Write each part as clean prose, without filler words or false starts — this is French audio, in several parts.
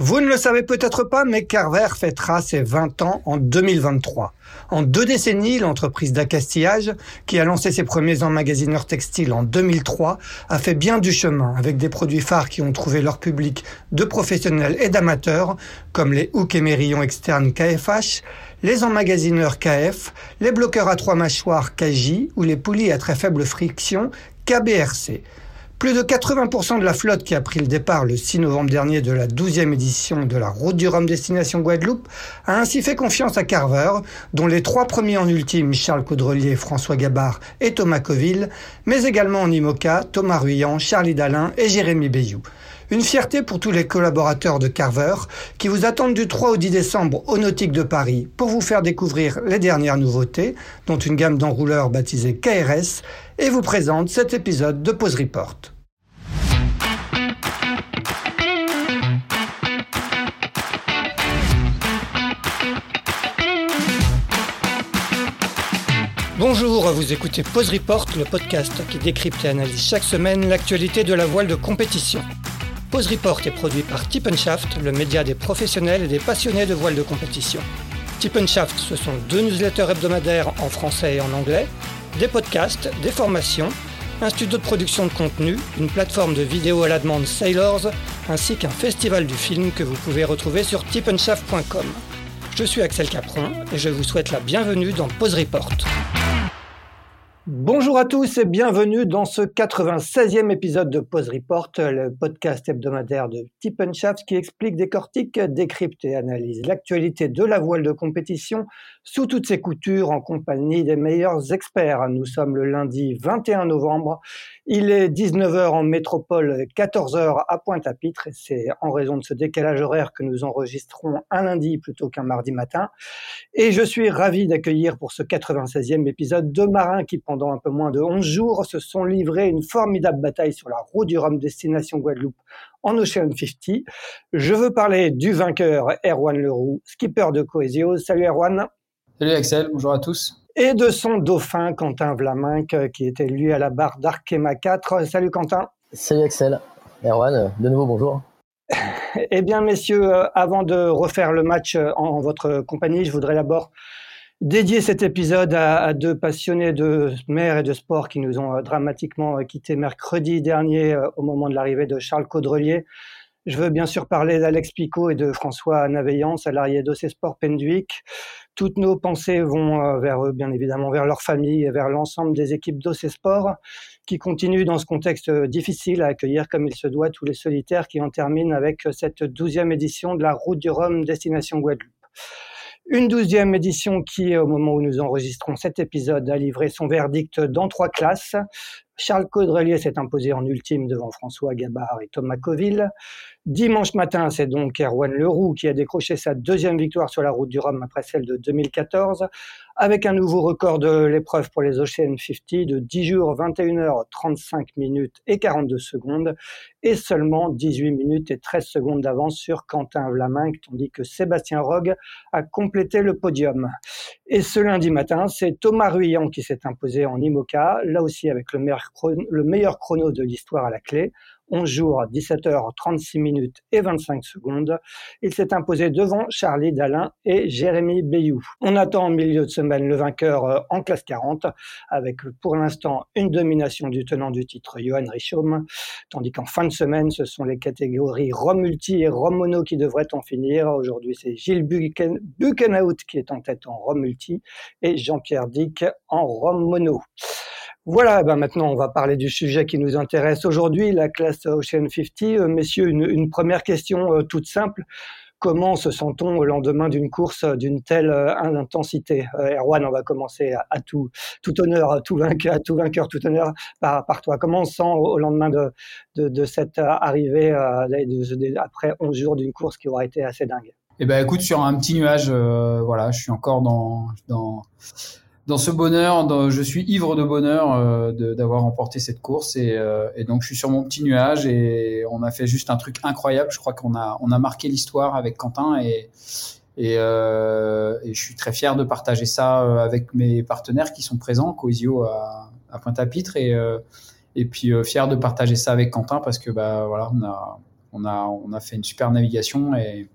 Vous ne le savez peut-être pas, mais Carver fêtera ses 20 ans en 2023. En 2 décennies, l'entreprise d'accastillage, qui a lancé ses premiers emmagasineurs textiles en 2003, a fait bien du chemin avec des produits phares qui ont trouvé leur public de professionnels et d'amateurs, comme les hooks et mérillons externes KFH, les emmagasineurs KF, les bloqueurs à 3 mâchoires KJ ou les poulies à très faible friction KBRC. Plus de 80% de la flotte qui a pris le départ le 6 novembre dernier de la 12e édition de la Route du Rhum Destination Guadeloupe a ainsi fait confiance à Carver, dont les 3 premiers en ultime, Charles Caudrelier, François Gabard et Thomas Coville, mais également en IMOCA, Thomas Ruyant, Charlie Dalin et Jérémy Bayou. Une fierté pour tous les collaborateurs de Carver qui vous attendent du 3 au 10 décembre au Nautique de Paris pour vous faire découvrir les dernières nouveautés, dont une gamme d'enrouleurs baptisée KRS, et vous présente cet épisode de Pause Report. Bonjour, vous écoutez Pause Report, le podcast qui décrypte et analyse chaque semaine l'actualité de la voile de compétition. Pause Report est produit par Tip & Shaft, le média des professionnels et des passionnés de voile de compétition. Tip & Shaft, ce sont 2 newsletters hebdomadaires en français et en anglais, des podcasts, des formations, un studio de production de contenu, une plateforme de vidéos à la demande Sailors, ainsi qu'un festival du film que vous pouvez retrouver sur tipandshaft.com. Je suis Axel Capron et je vous souhaite la bienvenue dans Pause Report. Bonjour à tous et bienvenue dans ce 96e épisode de Pause Report, le podcast hebdomadaire de Tip & Shaft qui explique, décortique, décrypte et analyse l'actualité de la voile de compétition sous toutes ses coutures en compagnie des meilleurs experts. Nous sommes le lundi 21 novembre, il est 19h en métropole, 14h à Pointe-à-Pitre et c'est en raison de ce décalage horaire que nous enregistrons un lundi plutôt qu'un mardi matin. Et je suis ravi d'accueillir pour ce 96e épisode 2 marins qui pendant un peu moins de 11 jours se sont livrés une formidable bataille sur la route du Rhum Destination Guadeloupe en Ocean 50. Je veux parler du vainqueur Erwan Leroux, skipper de Coesio. Salut Erwan. Salut Axel, bonjour à tous. Et de son dauphin Quentin Vlaminck qui était lui à la barre d'Arkema 4. Salut Quentin. Salut Axel. Erwan, de nouveau bonjour. Eh bien messieurs, avant de refaire le match en votre compagnie, je voudrais d'abord dédier cet épisode à 2 passionnés de mer et de sport qui nous ont dramatiquement quittés mercredi dernier au moment de l'arrivée de Charles Caudrelier. Je veux bien sûr parler d'Alex Picot et de François Naveillant, salariés d'OC Sport Penduic. Toutes nos pensées vont vers eux, bien évidemment, vers leur famille et vers l'ensemble des équipes d'OC Sport qui continuent dans ce contexte difficile à accueillir comme il se doit tous les solitaires qui en terminent avec cette 12e édition de la Route du Rhum Destination Guadeloupe. Une 12e édition qui, au moment où nous enregistrons cet épisode, a livré son verdict dans 3 classes. Charles Caudrelier s'est imposé en ultime devant François Gabard et Thomas Coville. Dimanche matin, c'est donc Erwan Leroux qui a décroché sa 2e victoire sur la route du Rhum après celle de 2014, avec un nouveau record de l'épreuve pour les Ocean 50 de 10 jours, 21 heures, 35 minutes et 42 secondes, et seulement 18 minutes et 13 secondes d'avance sur Quentin Vlaminck, tandis que Sébastien Rogue a complété le podium. Et ce lundi matin, c'est Thomas Ruyant qui s'est imposé en IMOCA, là aussi avec le meilleur chrono de l'histoire à la clé, 11 jours, 17 heures, 36 minutes et 25 secondes. Il s'est imposé devant Charlie Dalin et Jérémy Bayou. On attend en milieu de semaine le vainqueur en classe 40, avec pour l'instant une domination du tenant du titre, Johan Richomme, tandis qu'en fin de semaine, ce sont les catégories Rhum Multi et Rhum Mono qui devraient en finir. Aujourd'hui, c'est Gilles Buchenhout qui est en tête en Rhum Multi et Jean-Pierre Dick en Rhum Mono. Voilà, maintenant on va parler du sujet qui nous intéresse aujourd'hui, la classe Ocean 50. Messieurs, une première question toute simple. Comment se sent-on au lendemain d'une course d'une telle intensité? Erwan, on va commencer à tout honneur, à tout vainqueur, tout honneur par toi. Comment on se sent au lendemain de cette arrivée après 11 jours d'une course qui aura été assez dingue? Eh ben, écoute, sur un petit nuage, voilà, je suis encore dans ce bonheur, je suis ivre de bonheur d'avoir remporté cette course et donc je suis sur mon petit nuage et on a fait juste un truc incroyable. Je crois qu'on a marqué l'histoire avec Quentin et je suis très fier de partager ça avec mes partenaires qui sont présents, Coesio à Pointe-à-Pitre et puis fier de partager ça avec Quentin parce que voilà on a fait une super navigation et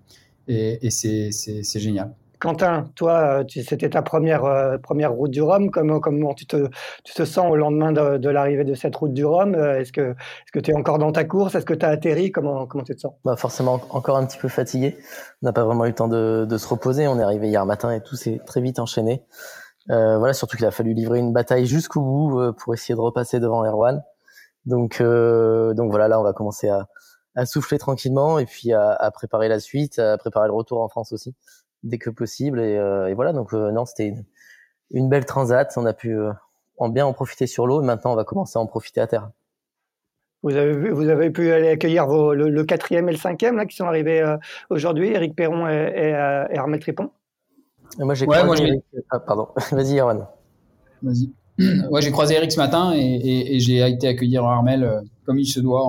c'est génial. Quentin, toi, c'était ta première route du Rhum. Comment tu te sens au lendemain de l'arrivée de cette route du Rhum? Est-ce que tu es encore dans ta course? Est-ce que tu as atterri? Comment tu te sens? Forcément, encore un petit peu fatigué. On n'a pas vraiment eu le temps de se reposer. On est arrivé hier matin et tout s'est très vite enchaîné. Voilà, surtout qu'il a fallu livrer une bataille jusqu'au bout pour essayer de repasser devant Erwan. Donc voilà, là, on va commencer à souffler tranquillement et puis à préparer la suite, à préparer le retour en France aussi, dès que possible. Et voilà, donc non, c'était une belle transat. On a pu bien en profiter sur l'eau. Maintenant, on va commencer à en profiter à terre. Vous avez pu aller accueillir le 4e et le 5e là, qui sont arrivés aujourd'hui, Éric Perron et Armel Tripon? Et moi, j'ai croisé Eric. Ah, pardon. Vas-y, Erwan. Vas-y. Ouais, j'ai croisé Eric ce matin et j'ai été accueillir Armel comme il se doit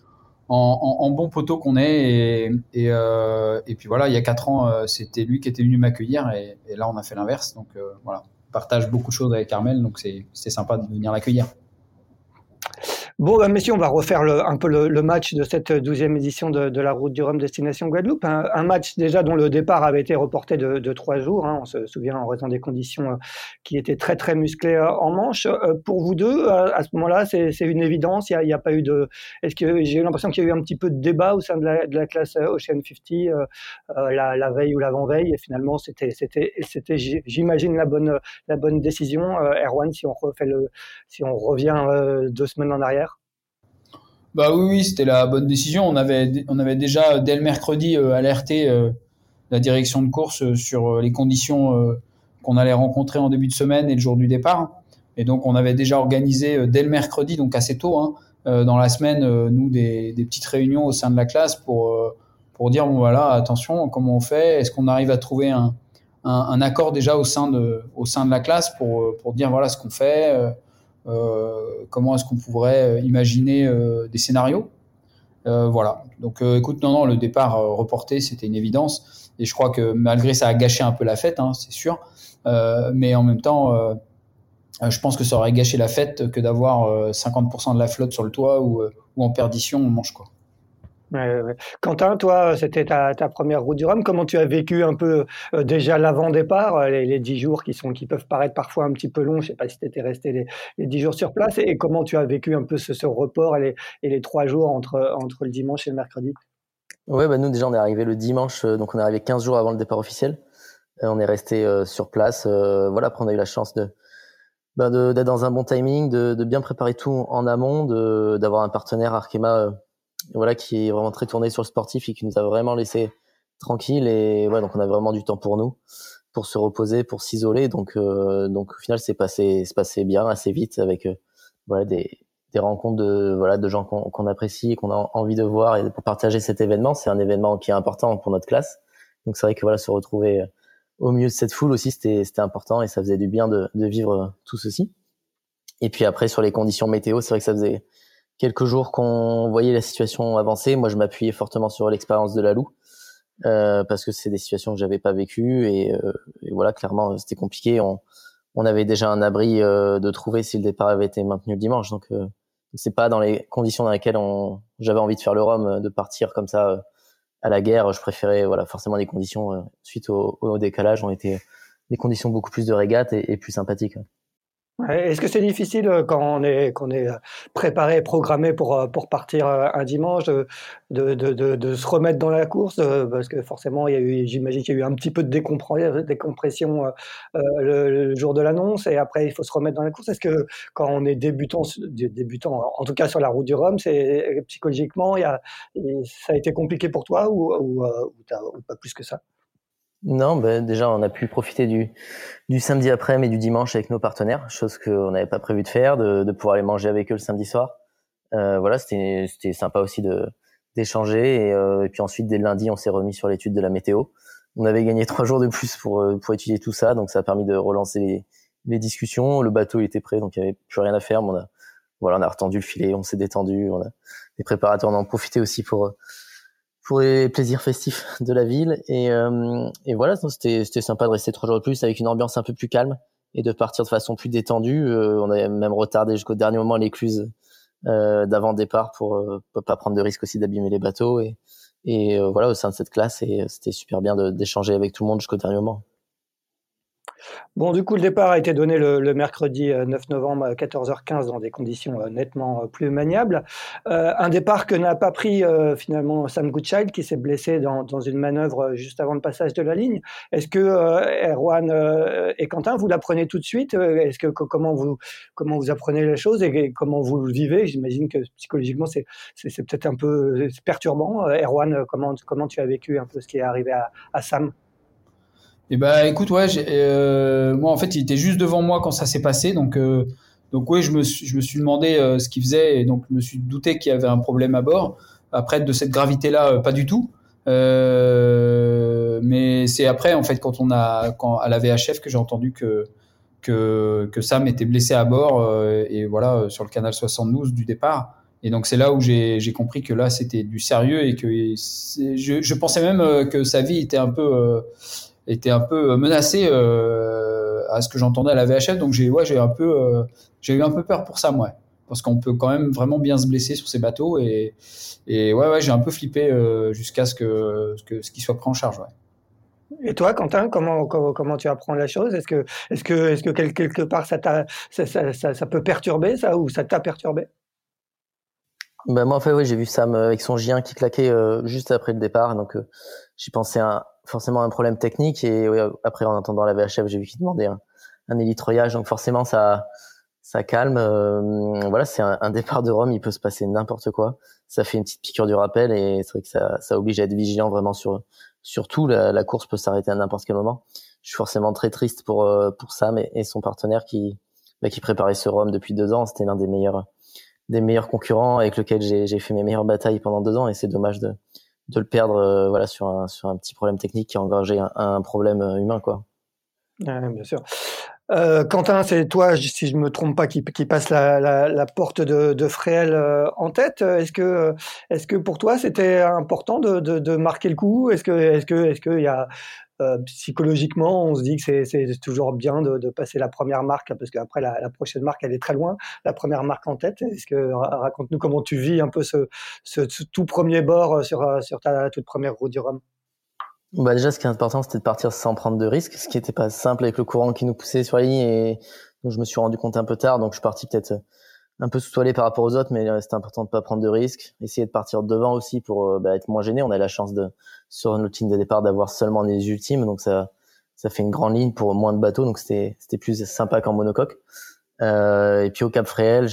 en bon poteau qu'on est et puis voilà, il y a 4 ans c'était lui qui était venu m'accueillir et là on a fait l'inverse, donc voilà, on partage beaucoup de choses avec Armel, donc c'est sympa de venir l'accueillir. Bon, messieurs, on va refaire un peu le match de cette 12e édition de la Route du Rhum destination Guadeloupe. Un match déjà dont le départ avait été reporté de 3 jours. On se souvient en raison des conditions qui étaient très très musclées en Manche. Pour vous deux, à ce moment-là, c'est une évidence. Il y a pas eu de. Est-ce que j'ai eu l'impression qu'il y a eu un petit peu de débat au sein de la classe Ocean 50 la veille ou l'avant-veille, et finalement c'était j'imagine la bonne décision. Erwan, si on revient 2 semaines en arrière. Bah oui, c'était la bonne décision. On avait déjà dès le mercredi alerté la direction de course sur les conditions qu'on allait rencontrer en début de semaine et le jour du départ. Et donc on avait déjà organisé dès le mercredi, donc assez tôt, dans la semaine, nous des petites réunions au sein de la classe pour dire bon voilà, attention, comment on fait? Est-ce qu'on arrive à trouver un accord déjà au sein de la classe pour dire voilà ce qu'on fait? Comment est-ce qu'on pourrait imaginer des scénarios, voilà. Donc écoute, non, le départ reporté, c'était une évidence, et je crois que malgré ça a gâché un peu la fête, c'est sûr, mais en même temps je pense que ça aurait gâché la fête que d'avoir 50% de la flotte sur le toit ou en perdition on mange quoi. Ouais. Quentin, toi, c'était ta première route du Rhum. Comment tu as vécu un peu déjà l'avant-départ, les 10 jours qui peuvent paraître parfois un petit peu longs? Je ne sais pas si tu étais resté les 10 jours sur place. Et comment tu as vécu un peu ce report et les 3 jours entre le dimanche et le mercredi? Ouais, nous déjà on est arrivé le dimanche, donc on est arrivé 15 jours avant le départ officiel. On est resté sur place. Voilà, après on a eu la chance d'être dans un bon timing, de bien préparer tout en amont, d'avoir un partenaire Arkema voilà, qui est vraiment très tourné sur le sportif et qui nous a vraiment laissé tranquille. Et ouais, donc on a vraiment du temps pour nous, pour se reposer, pour s'isoler. Donc au final, c'est passé bien, assez vite, avec voilà des rencontres de gens qu'on apprécie et qu'on a envie de voir, et pour partager cet événement. C'est un événement qui est important pour notre classe. Donc c'est vrai que voilà, se retrouver au milieu de cette foule aussi, c'était important, et ça faisait du bien de vivre tout ceci. Et puis après, sur les conditions météo, c'est vrai que ça faisait quelques jours qu'on voyait la situation avancer. Moi, je m'appuyais fortement sur l'expérience de Lalou, parce que c'est des situations que j'avais pas vécues, et voilà, clairement, c'était compliqué. On avait déjà un abri de trouver si le départ avait été maintenu le dimanche. Donc, c'est pas dans les conditions dans lesquelles j'avais envie de faire le Rhum, de partir comme ça à la guerre. Je préférais, voilà, forcément les conditions suite au décalage ont été des conditions beaucoup plus de régate et plus sympathiques. Ouais. Est-ce que c'est difficile quand on est préparé, programmé pour partir un dimanche, de se remettre dans la course, parce que forcément j'imagine qu'il y a eu un petit peu de décompression le jour de l'annonce, et après il faut se remettre dans la course. Est-ce que quand on est débutant, en tout cas sur la route du Rhum, c'est psychologiquement ça a été compliqué pour toi ou pas plus que ça? Non, déjà on a pu profiter du samedi après-midi et du dimanche avec nos partenaires, chose qu'on n'avait pas prévu de faire, de pouvoir aller manger avec eux le samedi soir. Voilà, c'était sympa aussi d'échanger, et puis ensuite dès le lundi on s'est remis sur l'étude de la météo. On avait gagné 3 jours de plus pour étudier tout ça, donc ça a permis de relancer les discussions. Le bateau il était prêt, donc il n'y avait plus rien à faire. Mais on a retendu le filet, on s'est détendu. Les préparateurs en ont profité aussi pour les plaisirs festifs de la ville, et voilà, c'était sympa de rester 3 jours de plus avec une ambiance un peu plus calme et de partir de façon plus détendue. On avait même retardé jusqu'au dernier moment l'écluse d'avant-départ pour pas prendre de risque aussi d'abîmer les bateaux. Et voilà, au sein de cette classe, et c'était super bien d'échanger avec tout le monde jusqu'au dernier moment. Bon, du coup, le départ a été donné le mercredi 9 novembre à 14h15 dans des conditions nettement plus maniables. Un départ que n'a pas pris finalement Sam Goodchild, qui s'est blessé dans une manœuvre juste avant le passage de la ligne. Est-ce que Erwan et Quentin, vous l'apprenez tout de suite? Est-ce que comment vous apprenez les choses et comment vous le vivez? J'imagine que psychologiquement c'est peut-être un peu perturbant. Erwan, comment tu as vécu un peu ce qui est arrivé à Sam? Et bah écoute, ouais, moi en fait il était juste devant moi quand ça s'est passé, donc oui, je me suis demandé ce qu'il faisait, et donc je me suis douté qu'il y avait un problème à bord. Après, de cette gravité-là, pas du tout. Mais c'est après en fait quand à la VHF que j'ai entendu que Sam était blessé à bord, et voilà, sur le canal 72 du départ. Et donc c'est là où j'ai compris que là c'était du sérieux, et que je pensais même que sa vie était un peu menacé, à ce que j'entendais à la VHF. Donc j'ai eu un peu peur pour ça, moi, parce qu'on peut quand même vraiment bien se blesser sur ces bateaux, et ouais, j'ai un peu flippé jusqu'à ce qu'il soit pris en charge, ouais. Et toi, Quentin, comment tu apprends la chose? Est-ce que quelque part ça peut perturber ça, ou ça t'a perturbé? Bah, moi, en fait, oui, j'ai vu Sam avec son J1 qui claquait juste après le départ, donc j'ai pensé forcément à un problème technique, et ouais, après, en entendant la VHF, j'ai vu qu'il demandait un élitroyage, donc forcément ça calme. Voilà, c'est un départ de Rome, il peut se passer n'importe quoi. Ça fait une petite piqûre du rappel, et c'est vrai que ça oblige à être vigilant vraiment sur tout. La course peut s'arrêter à n'importe quel moment. Je suis forcément très triste pour Sam et son partenaire qui préparait ce Rome depuis 2 ans. C'était l'un des meilleurs concurrents avec lequel j'ai fait mes meilleures batailles pendant 2 ans, et c'est dommage de le perdre voilà, sur un petit problème technique qui a engagé un problème humain, quoi. Ouais, bien sûr. Quentin, c'est toi, si je me trompe pas, qui passe la porte de Fréhel en tête. Est-ce que pour toi c'était important de marquer le coup? Est-ce que il y a psychologiquement, on se dit que c'est toujours bien de passer la première marque, parce qu'après la prochaine marque elle est très loin. La première marque en tête. Raconte-nous comment tu vis un peu ce tout premier bord sur ta toute première route du Rhum. Bah déjà, ce qui est important, c'était de partir sans prendre de risques, ce qui n'était pas simple avec le courant qui nous poussait sur la ligne, et donc je me suis rendu compte un peu tard. Donc je suis parti peut-être un peu sous-toilé par rapport aux autres, mais c'était important de pas prendre de risques. Essayer de partir devant aussi pour être moins gêné. On a la chance sur notre ligne de départ, d'avoir seulement les ultimes, donc ça fait une grande ligne pour moins de bateaux, donc c'était plus sympa qu'en monocoque. Et puis au Cap Fréhel,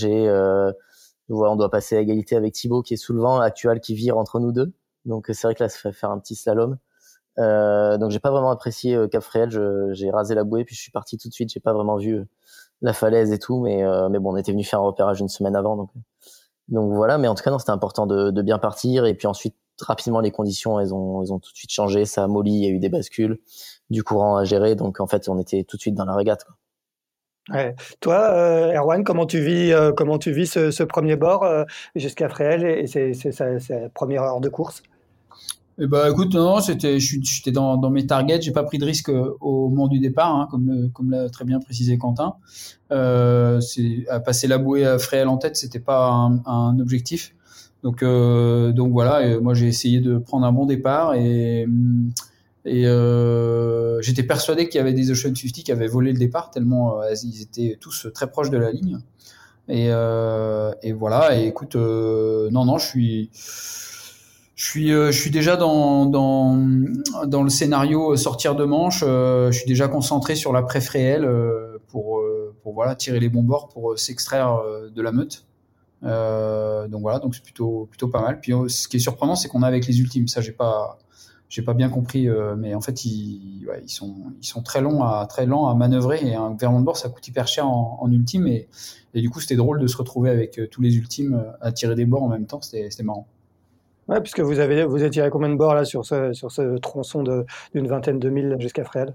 on doit passer à égalité avec Thibaut qui est sous le vent, actuel, qui vire entre nous deux. Donc c'est vrai que là, ça fait faire un petit slalom. Donc j'ai pas vraiment apprécié Cap Fréhel. J'ai rasé la bouée puis je suis parti tout de suite. J'ai pas vraiment vu la falaise et tout, mais bon, on était venu faire un repérage une semaine avant, donc voilà. Mais en tout cas, non, c'était important de bien partir, et puis ensuite rapidement les conditions elles ont tout de suite changé. Ça a molli, il y a eu des bascules, du courant à gérer, donc en fait on était tout de suite dans la régate, quoi. Ouais. Toi, Erwan, comment tu vis ce premier bord jusqu'à Fréhel, et c'est sa première heure de course? Et bah écoute, non, j'étais dans mes targets, j'ai pas pris de risque au moment du départ, hein, comme l'a très bien précisé Quentin. C'est à passer la bouée à Fréhel en tête, c'était pas un objectif. Donc voilà, et moi j'ai essayé de prendre un bon départ, et j'étais persuadé qu'il y avait des Ocean 50 qui avaient volé le départ, tellement ils étaient tous très proches de la ligne. Et voilà. Et écoute, non, je suis déjà dans le scénario sortir de manche. Je suis déjà concentré sur l'après Fréhel, pour voilà, tirer les bons bords pour s'extraire de la meute. Donc voilà, donc c'est plutôt pas mal. Puis ce qui est surprenant, c'est qu'on a avec les ultimes. Ça, j'ai pas bien compris, mais en fait ils sont très lents à manœuvrer, et un verrement de bord ça coûte hyper cher en ultime, et du coup c'était drôle de se retrouver avec tous les ultimes à tirer des bords en même temps. C'était marrant. Ouais, puisque vous étiez à combien de bords là sur ce tronçon d'une vingtaine de milles jusqu'à Fréhel?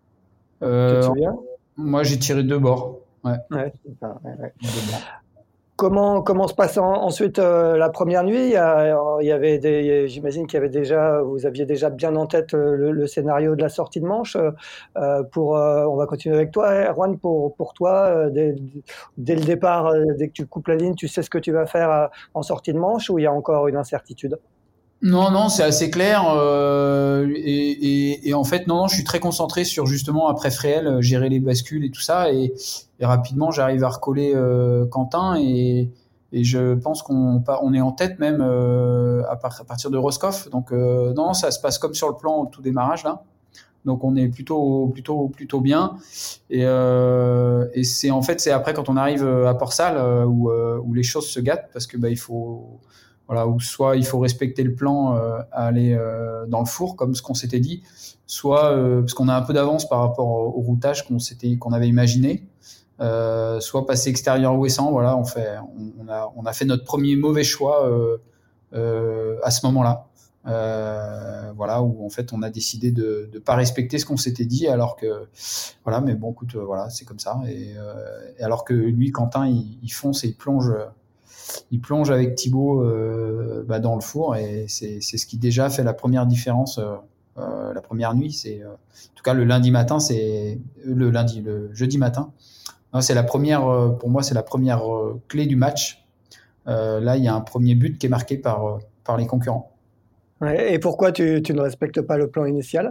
Tu te Euh, souviens? Moi j'ai tiré 2 bords. Ouais, Ouais, c'est ça, ouais, ouais. 2 bords. Comment se passe ensuite la première nuit? Il y avait j'imagine vous aviez déjà bien en tête le scénario de la sortie de manche. On va continuer avec toi, Erwan. Pour toi, dès le départ, dès que tu coupes la ligne, tu sais ce que tu vas faire en sortie de manche, ou il y a encore une incertitude? Non, non, c'est assez clair. Et en fait, non, non, je suis très concentré sur justement après Fréhel, gérer les bascules et tout ça. Et rapidement, j'arrive à recoller Quentin et je pense on est en tête même à partir de Roscoff. Donc non, ça se passe comme sur le plan au tout démarrage là. Donc on est plutôt bien. Et c'est en fait c'est après quand on arrive à Port-Salle où les choses se gâtent parce que il faut voilà, ou soit il faut respecter le plan, aller dans le four comme ce qu'on s'était dit, soit parce qu'on a un peu d'avance par rapport au routage qu'on avait imaginé, soit passer extérieur ouessant. Voilà, on a fait notre premier mauvais choix à ce moment-là. Voilà, où en fait on a décidé de pas respecter ce qu'on s'était dit, alors que voilà, mais bon, écoute, voilà, c'est comme ça. Et alors que lui, Quentin, il fonce et il plonge avec Thibaut dans le four, et c'est ce qui déjà fait la première différence la première nuit. En tout cas le lundi matin, c'est le jeudi matin. C'est la première pour moi, c'est la première clé du match. Là, il y a un premier but qui est marqué par les concurrents. Ouais, et pourquoi tu ne respectes pas le plan initial?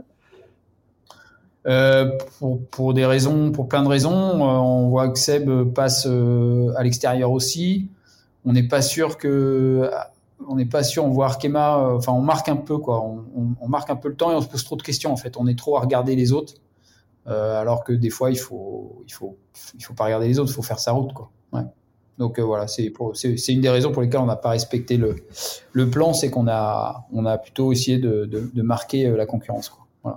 Pour plein de raisons. On voit que Seb passe à l'extérieur aussi. On n'est pas sûr, on voit Arkema, enfin on marque un peu quoi, on marque un peu le temps et on se pose trop de questions en fait. On est trop à regarder les autres, alors que des fois il faut pas regarder les autres, il faut faire sa route quoi. Ouais. Donc voilà, c'est une des raisons pour lesquelles on n'a pas respecté le plan, c'est qu'on a plutôt essayé de marquer la concurrence quoi. Voilà.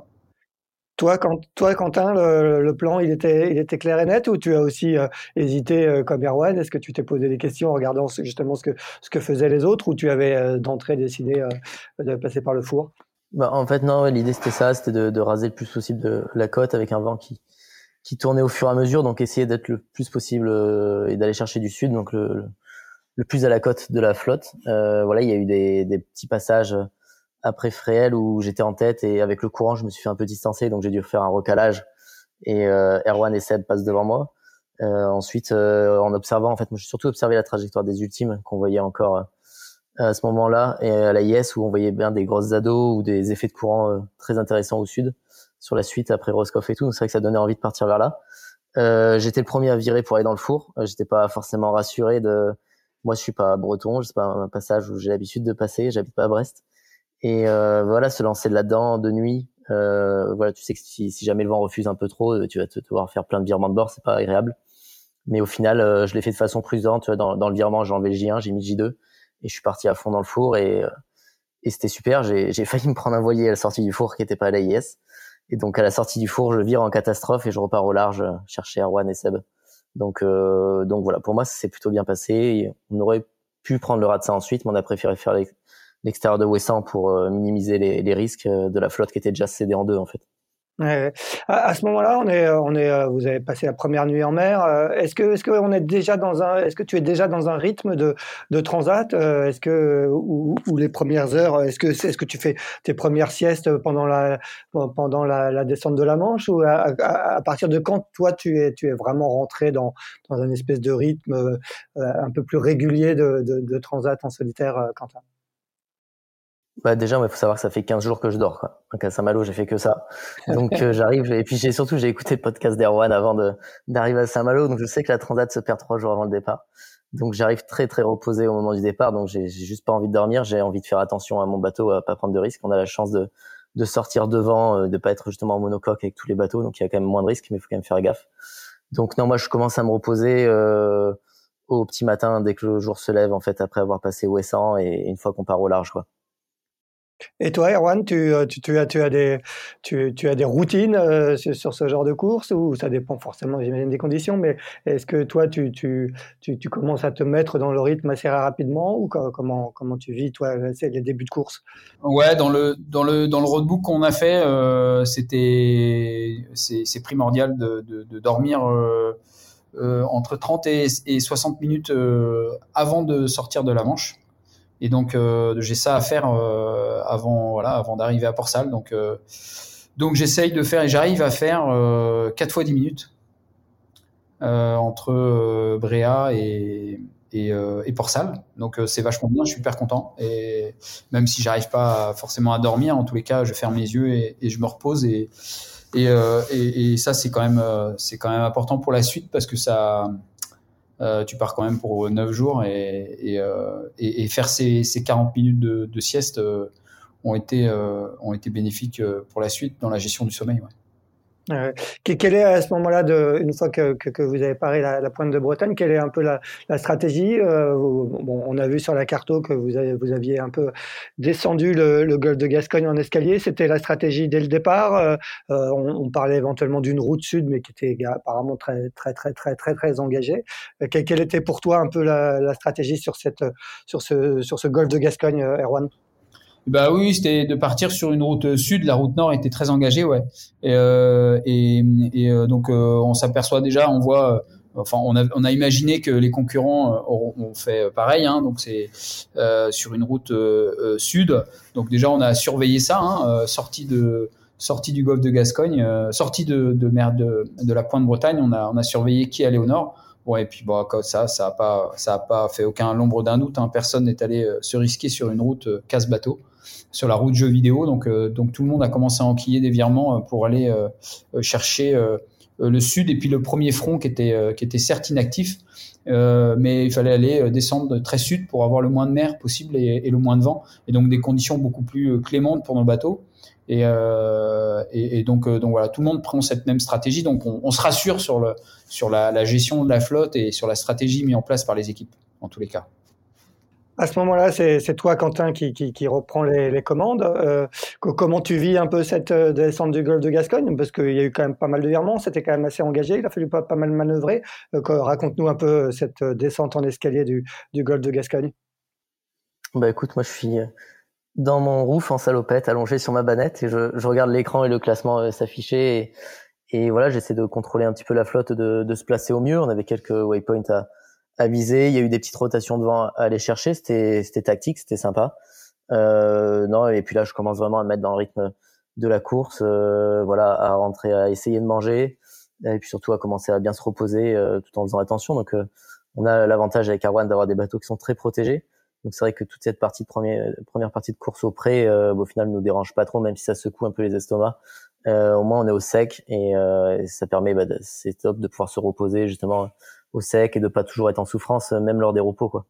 Toi, Quentin, le plan, il était clair et net, ou tu as aussi hésité comme Erwan? Est-ce que tu t'es posé des questions en regardant justement ce que faisaient les autres, ou tu avais d'entrée décidé de passer par le four? En fait, non, ouais, l'idée c'était ça, c'était de raser le plus possible de la côte avec un vent qui tournait au fur et à mesure, donc essayer d'être le plus possible et d'aller chercher du sud, donc le plus à la côte de la flotte. Voilà, il y a eu des petits passages après Fréhel où j'étais en tête, et avec le courant, je me suis fait un peu distancer, donc j'ai dû faire un recalage, et Erwan et Seb passent devant moi. Ensuite, en observant, en fait, moi j'ai surtout observé la trajectoire des ultimes qu'on voyait encore à ce moment-là, et à la IS où on voyait bien des grosses ados ou des effets de courant très intéressants au sud sur la suite après Roscoff et tout. Donc c'est vrai que ça donnait envie de partir vers là. J'étais le premier à virer pour aller dans le four. J'étais pas forcément rassuré moi je suis pas breton, c'est pas un passage où j'ai l'habitude de passer, j'habite pas à Brest. Et voilà, se lancer là-dedans de nuit, voilà, tu sais que si jamais le vent refuse un peu trop, tu vas te devoir faire plein de virements de bord, c'est pas agréable. Mais au final, je l'ai fait de façon prudente. Tu vois, dans le virement, j'ai enlevé le J1, j'ai mis le J2, et je suis parti à fond dans le four, et c'était super. J'ai failli me prendre un voilier à la sortie du four qui était pas à l'AIS. Et donc à la sortie du four, je vire en catastrophe et je repars au large chercher Erwan et Seb. Donc voilà, pour moi ça s'est plutôt bien passé. Et on aurait pu prendre le Ratsa ensuite, mais on a préféré faire l'extérieur de Ouessant pour minimiser les risques de la flotte qui était déjà scindée en deux en fait. Ouais. À ce moment-là, vous avez passé la première nuit en mer. Est-ce que tu es déjà dans un rythme de transat? Ou les premières heures, est-ce que tu fais tes premières siestes pendant la descente de la Manche, ou à partir de quand toi tu es vraiment rentré dans un espèce de rythme un peu plus régulier de transat en solitaire, Quentin? Déjà, il faut savoir que ça fait 15 jours que je dors, quoi. Donc à Saint-Malo, j'ai fait que ça. Donc j'arrive, et puis j'ai écouté le podcast d'Erwan avant d'arriver à Saint-Malo, donc je sais que la transat se perd 3 jours avant le départ. Donc j'arrive très très reposé au moment du départ, donc j'ai juste pas envie de dormir, j'ai envie de faire attention à mon bateau, à pas prendre de risques. On a la chance de sortir devant, de pas être justement en monocoque avec tous les bateaux, donc il y a quand même moins de risques, mais il faut quand même faire gaffe. Donc non, moi je commence à me reposer au petit matin dès que le jour se lève, en fait, après avoir passé Ouessant, et une fois qu'on part au large, quoi. Et toi, Erwan, tu as des routines sur ce genre de course, ou ça dépend forcément, j'imagine, des conditions, mais est-ce que toi, tu commences à te mettre dans le rythme assez rapidement, ou comment tu vis, toi, les débuts de course? Ouais, dans le roadbook qu'on a fait, c'est primordial de dormir entre 30 et 60 minutes avant de sortir de la Manche. Et donc j'ai ça à faire avant d'arriver à Port-Salle. Donc j'essaye de faire et j'arrive à faire 4 fois 10 minutes entre Bréa et Port-Salle. Donc c'est vachement bien, je suis hyper content. Et même si j'arrive pas forcément à dormir, en tous les cas, je ferme les yeux et je me repose. Et ça c'est quand même important pour la suite parce que ça tu pars quand même pour 9 jours et faire ces 40 minutes de sieste ont été bénéfiques pour la suite dans la gestion du sommeil. Ouais. Quelle est à ce moment-là, une fois que vous avez paré la pointe de Bretagne, quelle est un peu la stratégie bon, on a vu sur la carto que vous aviez un peu descendu le golfe de Gascogne en escalier. C'était la stratégie dès le départ. On parlait éventuellement d'une route sud, mais qui était apparemment très très très très très très engagée. Quelle était pour toi un peu la stratégie sur ce golfe de Gascogne, Erwan? Bah oui, c'était de partir sur une route sud. La route nord était très engagée, ouais. Donc on s'aperçoit déjà, on voit, enfin on a imaginé que les concurrents ont fait pareil, hein. Donc c'est sur une route sud. Donc déjà on a surveillé ça, hein, sortie du golfe de Gascogne, sortie de la pointe de Bretagne. On a surveillé qui allait au nord. Bon, et puis bon, ça a pas fait aucun l'ombre d'un doute, hein. Personne n'est allé se risquer sur une route casse-bateau, sur la route jeux vidéo. Donc tout le monde a commencé à enquiller des virements pour aller chercher le sud. Et puis le premier front qui était certes inactif, mais il fallait aller descendre très sud pour avoir le moins de mer possible et le moins de vent. Et donc des conditions beaucoup plus clémentes pour nos bateaux. Et donc voilà, tout le monde prend cette même stratégie. Donc on se rassure sur la gestion de la flotte et sur la stratégie mise en place par les équipes, en tous les cas. À ce moment-là, c'est toi, Quentin, qui reprend les commandes. Comment tu vis un peu cette descente du golfe de Gascogne? Parce qu'il y a eu quand même pas mal de virements, c'était quand même assez engagé, il a fallu pas mal manœuvrer. Raconte-nous un peu cette descente en escalier du golfe de Gascogne. Bah écoute, moi je suis dans mon roof en salopette, allongé sur ma bannette, et je regarde l'écran et le classement s'afficher. Et voilà, j'essaie de contrôler un petit peu la flotte, de se placer au mieux. On avait quelques waypoints à viser. Il y a eu des petites rotations devant à aller chercher. C'était tactique, c'était sympa. Non, et puis là, je commence vraiment à me mettre dans le rythme de la course, voilà, à rentrer, à essayer de manger, et puis surtout à commencer à bien se reposer tout en faisant attention. Donc, on a l'avantage avec Erwan d'avoir des bateaux qui sont très protégés. Donc c'est vrai que toute cette partie de première partie de course au pré, au final, nous dérange pas trop, même si ça secoue un peu les estomacs. Au moins, on est au sec et ça permet, c'est top de pouvoir se reposer justement au sec et de pas toujours être en souffrance, même lors des repos, quoi.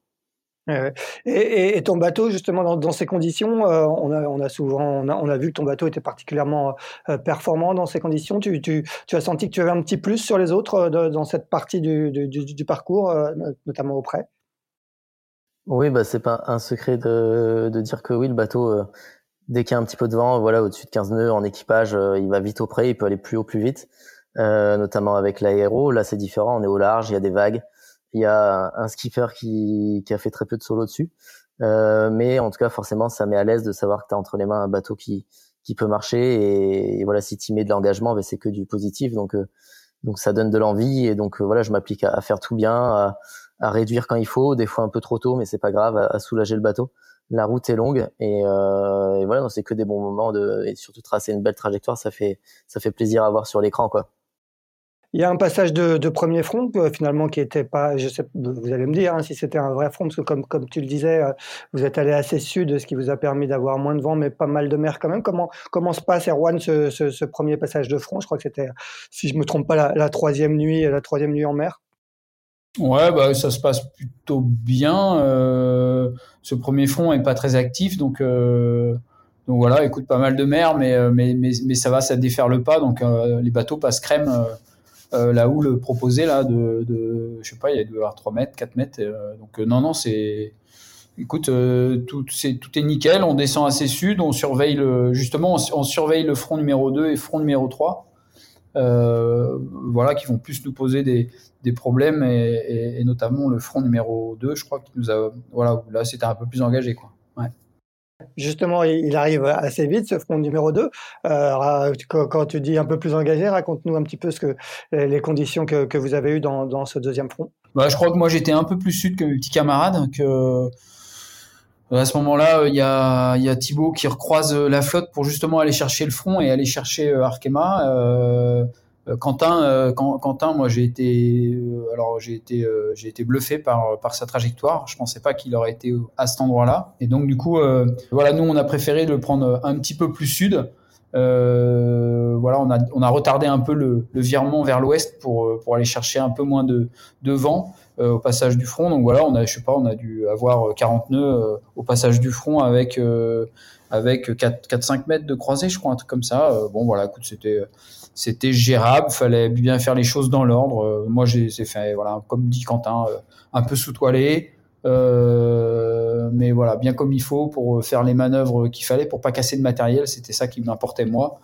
Et ton bateau, justement, dans ces conditions, on a vu que ton bateau était particulièrement performant dans ces conditions. Tu as senti que tu avais un petit plus sur les autres dans cette partie du parcours, notamment au pré? Oui, c'est pas un secret de dire que oui, le bateau, dès qu'il y a un petit peu de vent, voilà, au-dessus de 15 nœuds en équipage, il va vite au pré, il peut aller plus haut, plus vite, notamment avec l'aéro. Là, c'est différent, on est au large, il y a des vagues. Il y a un skipper qui a fait très peu de solo dessus. Mais en tout cas, forcément, ça met à l'aise de savoir que tu as entre les mains un bateau qui peut marcher. Et voilà, si tu mets de l'engagement, c'est que du positif. Donc ça donne de l'envie. Et donc, voilà, je m'applique à faire tout bien, à réduire quand il faut, des fois un peu trop tôt, mais c'est pas grave, à soulager le bateau. La route est longue et voilà, non, c'est que des bons moments et surtout tracer une belle trajectoire, ça fait plaisir à voir sur l'écran, quoi. Il y a un passage de premier front finalement qui était pas, je sais, vous allez me dire si c'était un vrai front, parce que comme tu le disais, vous êtes allé assez sud, ce qui vous a permis d'avoir moins de vent, mais pas mal de mer quand même. Comment se passe, Erwan, ce premier passage de front? Je crois que c'était, si je me trompe pas, la troisième nuit en mer. Ouais, ça se passe plutôt bien. Ce premier front est pas très actif, donc voilà, écoute, pas mal de mer, mais ça va, ça déferle pas, donc les bateaux passent crème. La houle proposée là je sais pas, il y a dû avoir 3 mètres, 4 mètres. Donc non, c'est, écoute, tout est nickel. On descend assez sud, on surveille on surveille le front numéro 2 et front numéro 3. Voilà, qui vont plus nous poser des problèmes et notamment le front numéro 2, je crois, qui nous a, voilà, là c'était un peu plus engagé, quoi. Ouais. justement, il arrive assez vite, ce front numéro 2. Quand tu dis un peu plus engagé, raconte-nous un petit peu les conditions que vous avez eues dans ce deuxième front. Bah, je crois que moi j'étais un peu plus sud que mes petits camarades, que à ce moment-là, il y a Thibaut qui recroise la flotte pour justement aller chercher le front et aller chercher Arkema. Quentin, moi j'ai été bluffé par sa trajectoire. Je pensais pas qu'il aurait été à cet endroit-là. Et donc du coup, voilà, nous on a préféré le prendre un petit peu plus sud. Voilà, on a retardé un peu le virement vers l'ouest pour aller chercher un peu moins de vent au passage du front. Donc voilà, on a dû avoir 40 nœuds au passage du front avec 4-5 mètres de croisée, je crois, un truc comme ça. Bon voilà, écoute, c'était gérable, fallait bien faire les choses dans l'ordre. Moi j'ai fait, voilà, comme dit Quentin, un peu sous-toilé, mais voilà, bien comme il faut pour faire les manœuvres qu'il fallait pour pas casser de matériel. C'était ça qui m'importait moi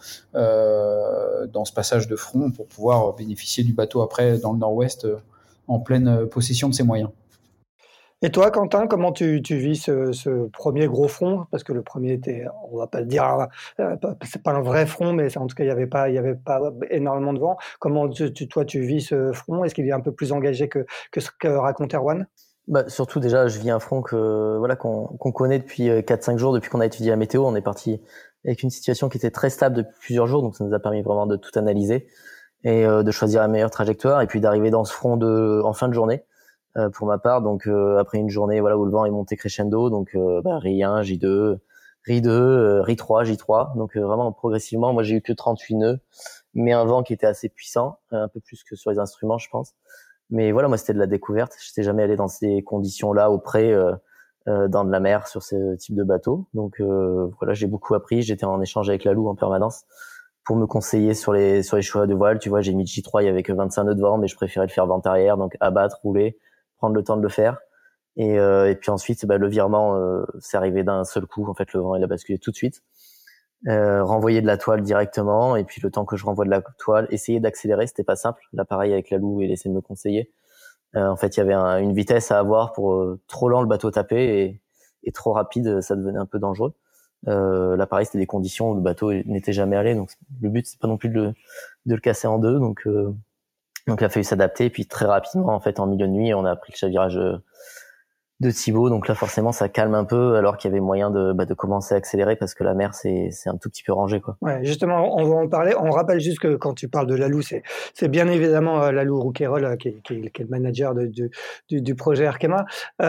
dans ce passage de front, pour pouvoir bénéficier du bateau après dans le nord-ouest en pleine possession de ses moyens. Et toi, Quentin, comment tu vis ce premier gros front? Parce que le premier était, on va pas le dire, c'est pas un vrai front, mais en tout cas, il y avait pas énormément de vent. Comment toi, tu vis ce front? Est-ce qu'il est un peu plus engagé que ce que raconte Erwan? Bah, surtout, déjà, je vis un front qu'on connaît depuis 4-5 jours, depuis qu'on a étudié la météo. On est parti avec une situation qui était très stable depuis plusieurs jours, donc ça nous a permis vraiment de tout analyser et de choisir la meilleure trajectoire, et puis d'arriver dans ce front en fin de journée. Pour ma part, donc après une journée voilà où le vent est monté crescendo, donc RI 1, J2, RI 2, RI 3, J3, donc vraiment progressivement. Moi j'ai eu que 38 nœuds, mais un vent qui était assez puissant, un peu plus que sur les instruments je pense. Mais voilà, moi c'était de la découverte, je n'étais jamais allé dans ces conditions-là auprès dans de la mer sur ce type de bateau, donc voilà, j'ai beaucoup appris. J'étais en échange avec Lalou en permanence pour me conseiller sur les choix de voile. Tu vois, j'ai mis J3, il y avait que 25 nœuds de vent, mais je préférais le faire vent arrière, donc abattre, rouler, prendre le temps de le faire. Et puis ensuite, le virement, c'est arrivé d'un seul coup. En fait, le vent, il a basculé tout de suite. Renvoyer de la toile directement. Et puis, le temps que je renvoie de la toile, essayer d'accélérer, c'était pas simple. Là, pareil, avec Lalou, il essaie de me conseiller. En fait, il y avait une vitesse à avoir pour trop lent, le bateau tapait, et trop rapide, ça devenait un peu dangereux. Là, pareil, c'était des conditions où le bateau n'était jamais allé. Donc, le but, c'est pas non plus de le casser en deux. Donc, il a fallu s'adapter, et puis très rapidement, en fait, en milieu de nuit, on a pris le chavirage de Thibaut. Donc là, forcément, ça calme un peu, alors qu'il y avait moyen de commencer à accélérer, parce que la mer, c'est un tout petit peu rangé, quoi. Ouais, justement, on va en parler. On rappelle juste que quand tu parles de Lalou, c'est bien évidemment Lalou Rouquayrol qui est le manager du projet Arkema.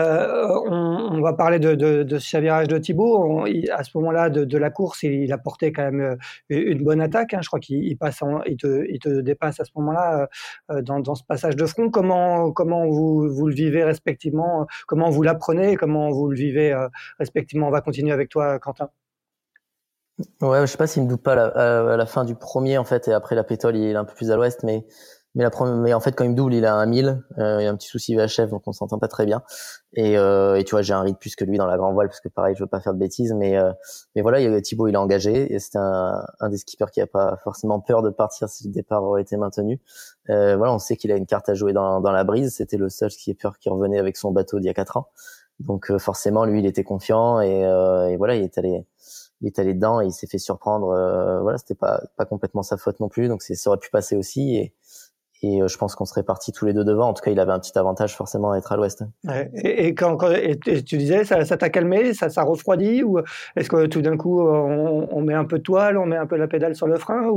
On va parler de ce chavirage de Thibaut. À ce moment-là de la course, il a porté quand même une bonne attaque, hein. Je crois qu'il te dépasse à ce moment-là dans ce passage de front. Comment vous le vivez respectivement? Comment vous l'apprenez? Comment vous le vivez respectivement? On va continuer avec toi, Quentin. Ouais, je sais pas s'il me double pas à la fin du premier, en fait, et après la pétole, il est un peu plus à l'ouest, mais en fait, quand il me double, il a un 1000, il y a un petit souci VHF, donc on s'entend pas très bien. Et tu vois, j'ai un rythme plus que lui dans la grand voile, parce que pareil, je veux pas faire de bêtises, mais voilà, Thibaut, il est engagé, et c'était un des skippers qui a pas forcément peur de partir si le départ aurait été maintenu. Voilà, on sait qu'il a une carte à jouer dans la brise. C'était le seul skipper qui revenait avec son bateau d'il y a 4 ans. Donc forcément, lui, il était confiant, et voilà, il est allé dedans, et il s'est fait surprendre. Voilà, c'était pas complètement sa faute non plus, donc ça aurait pu passer aussi, et je pense qu'on serait partis tous les deux devant. En tout cas, il avait un petit avantage forcément à être à l'ouest. Ouais. Et tu disais, ça t'a calmé, ça refroidit, ou est-ce que tout d'un coup on met un peu de toile, on met un peu la pédale sur le frein,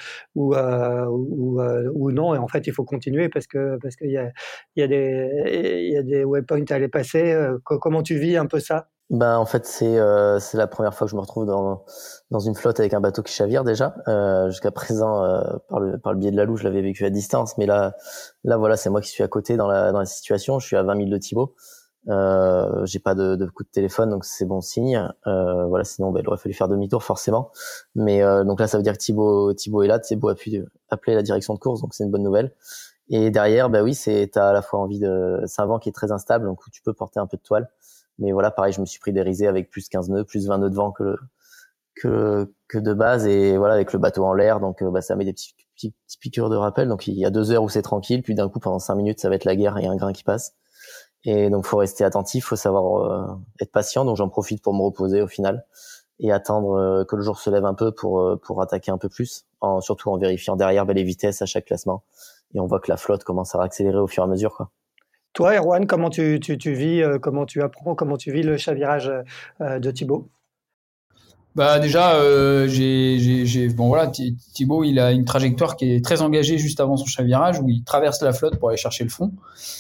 ou non, et en fait il faut continuer parce qu'il y a des waypoints à aller passer. Comment tu vis un peu ça? Ben en fait c'est la première fois que je me retrouve dans une flotte avec un bateau qui chavire déjà. Jusqu'à présent par le biais de Lalou, je l'avais vécu à distance, mais là voilà, c'est moi qui suis à côté dans la situation. Je suis à 20 000 de Thibaut. J'ai pas de coup de téléphone, donc c'est bon signe. Voilà, sinon il aurait fallu faire demi-tour forcément. Mais donc là, ça veut dire que Thibaut est là. Thibaut a pu appeler la direction de course, donc c'est une bonne nouvelle. Et derrière, oui, t'as à la fois c'est un vent qui est très instable, donc tu peux porter un peu de toile. Mais voilà, pareil, je me suis pris des risées avec plus 15 nœuds, plus 20 nœuds de vent que de base, et voilà, avec le bateau en l'air, donc ça met des petits piqûres de rappel. Donc il y a 2 heures où c'est tranquille, puis d'un coup pendant 5 minutes ça va être la guerre et un grain qui passe. Et donc, faut rester attentif, faut savoir être patient. Donc, j'en profite pour me reposer au final et attendre que le jour se lève un peu pour attaquer un peu plus, surtout en vérifiant derrière les vitesses à chaque classement. Et on voit que la flotte commence à accélérer au fur et à mesure, quoi. Toi, Erwan, comment tu vis, comment tu apprends, comment tu vis le chavirage de Thibaut? Bah déjà, bon voilà, Thibaut, il a une trajectoire qui est très engagée juste avant son chavirage où il traverse la flotte pour aller chercher le fond.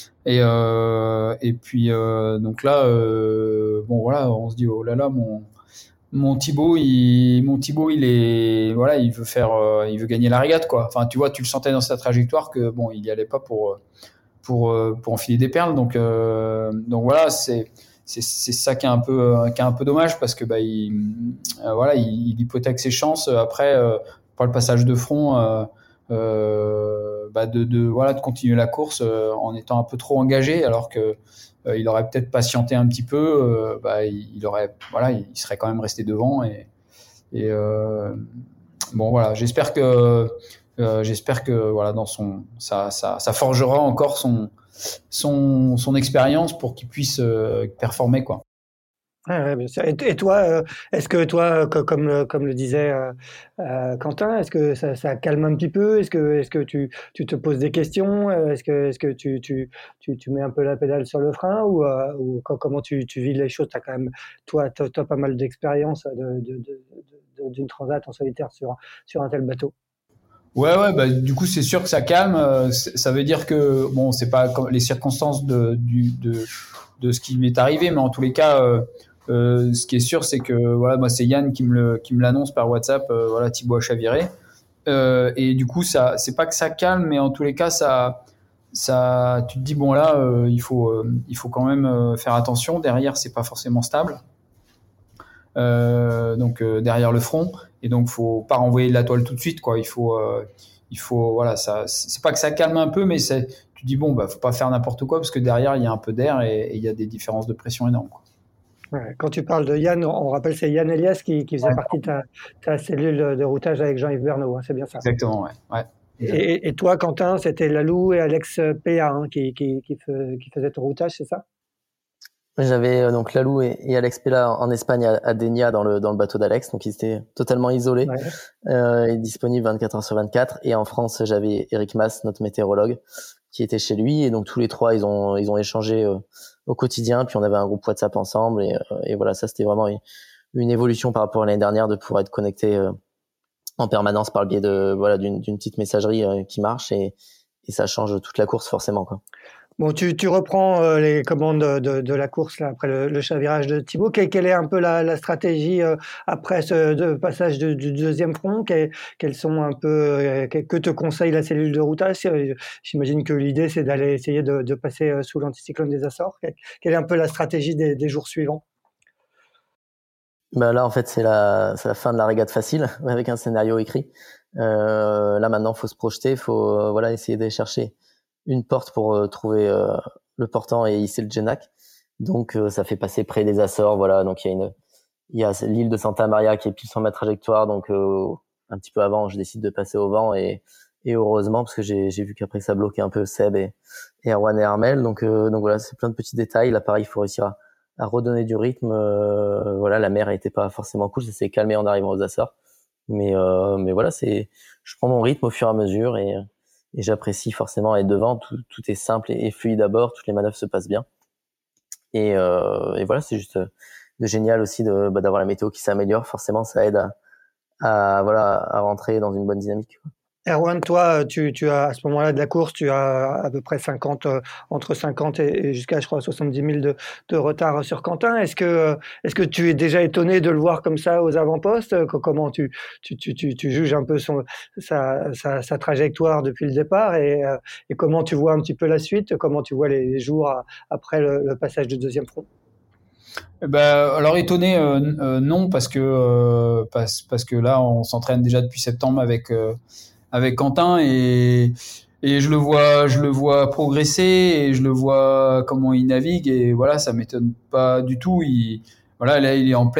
Et puis donc là, bon voilà, on se dit oh là là, mon Thibaut, il est voilà, il veut gagner la régate quoi. Enfin, tu vois, tu le sentais dans sa trajectoire que bon, il y allait pas pour enfiler des perles. Donc voilà, c'est ça qui est un peu dommage parce que voilà, il hypothèque ses chances après par le passage de front de continuer la course en étant un peu trop engagé alors que il aurait peut-être patienté un petit peu, il serait quand même resté devant et bon voilà, j'espère que voilà ça forgera encore son expérience pour qu'il puisse performer quoi. Ouais, ouais, bien sûr. Et toi, est-ce que toi, comme le disait Quentin, est-ce que ça calme un petit peu? Est-ce que tu te poses des questions? Est-ce que tu mets un peu la pédale sur le frein ou comment tu vis les choses? T'as quand même, toi, t'as pas mal d'expérience d'une transat en solitaire sur un tel bateau. Ouais, bah, du coup, c'est sûr que ça calme. Ça veut dire que, bon, c'est pas comme les circonstances de ce qui m'est arrivé, mais en tous les cas, ce qui est sûr, c'est que, voilà, moi, c'est Yann qui me l'annonce par WhatsApp, voilà, Thibaut a chaviré. Et du coup, c'est pas que ça calme, mais en tous les cas, tu te dis, bon, là, il faut quand même faire attention. Derrière, c'est pas forcément stable. Derrière le front, et donc faut pas renvoyer de la toile tout de suite quoi. Il faut voilà, ça c'est pas que ça calme un peu, mais tu dis bon bah faut pas faire n'importe quoi parce que derrière il y a un peu d'air et il y a des différences de pression énormes quoi. Ouais, quand tu parles de Yann, on rappelle c'est Yann Elias qui faisait Ouais, partie de ta cellule de routage avec Jean-Yves Bernot, hein, c'est bien ça. exactement, ouais, exactement. Et toi, Quentin, c'était Lalou et Alex PA hein, qui faisaient ton routage, c'est ça? J'avais donc Lalou et Alex Pella en Espagne à Dénia dans le bateau d'Alex, donc ils étaient totalement isolés et disponibles 24 heures sur 24. Et en France, j'avais Eric Mas, notre météorologue, qui était chez lui, et donc tous les trois ils ont échangé au quotidien, puis on avait un groupe WhatsApp ensemble et voilà, ça c'était vraiment une évolution par rapport à l'année dernière de pouvoir être connecté en permanence par le biais de voilà d'une petite messagerie qui marche et ça change toute la course forcément quoi. Bon, tu reprends les commandes de la course là, après le chavirage de Thibaut. Quelle est un peu la stratégie après ce passage du deuxième front? Quels sont un peu que te conseille la cellule de routage? J'imagine que l'idée c'est d'aller essayer de passer sous l'anticyclone des Açores. Quelle est un peu la stratégie des jours suivants? Bah là en fait c'est la fin de la régate facile avec un scénario écrit. Là maintenant faut se projeter, faut voilà essayer d'aller chercher une porte pour trouver le portant et hisser le Genac. Donc ça fait passer près des Açores, voilà. Donc il y a l'île de Santa Maria qui est pile sur ma trajectoire. Donc un petit peu avant, je décide de passer au vent et heureusement parce que j'ai vu qu'après ça bloquait un peu Seb et Erwan et Armel. Donc voilà, c'est plein de petits détails. Là pareil, il faut réussir à redonner du rythme. Voilà, la mer était pas forcément cool, ça s'est calmé en arrivant aux Açores. Mais voilà, je prends mon rythme au fur et à mesure et j'apprécie forcément être devant. Tout est simple et fluide à bord, toutes les manœuvres se passent bien. Et voilà, c'est juste de génial aussi d'avoir la météo qui s'améliore. Forcément, ça aide à rentrer dans une bonne dynamique, quoi. Erwan, toi, tu as à ce moment-là de la course, tu as à peu près 50, entre 50 et jusqu'à, je crois, 70 000 de retard sur Quentin. Est-ce que tu es déjà étonné de le voir comme ça aux avant-postes? Comment tu juges un peu sa trajectoire depuis le départ et comment tu vois un petit peu la suite? Comment tu vois les jours après le passage du deuxième front? Alors étonné non parce que là on s'entraîne déjà depuis septembre avec Quentin et je le vois progresser et je le vois comment il navigue et voilà, ça m'étonne pas du tout. Voilà, là il est en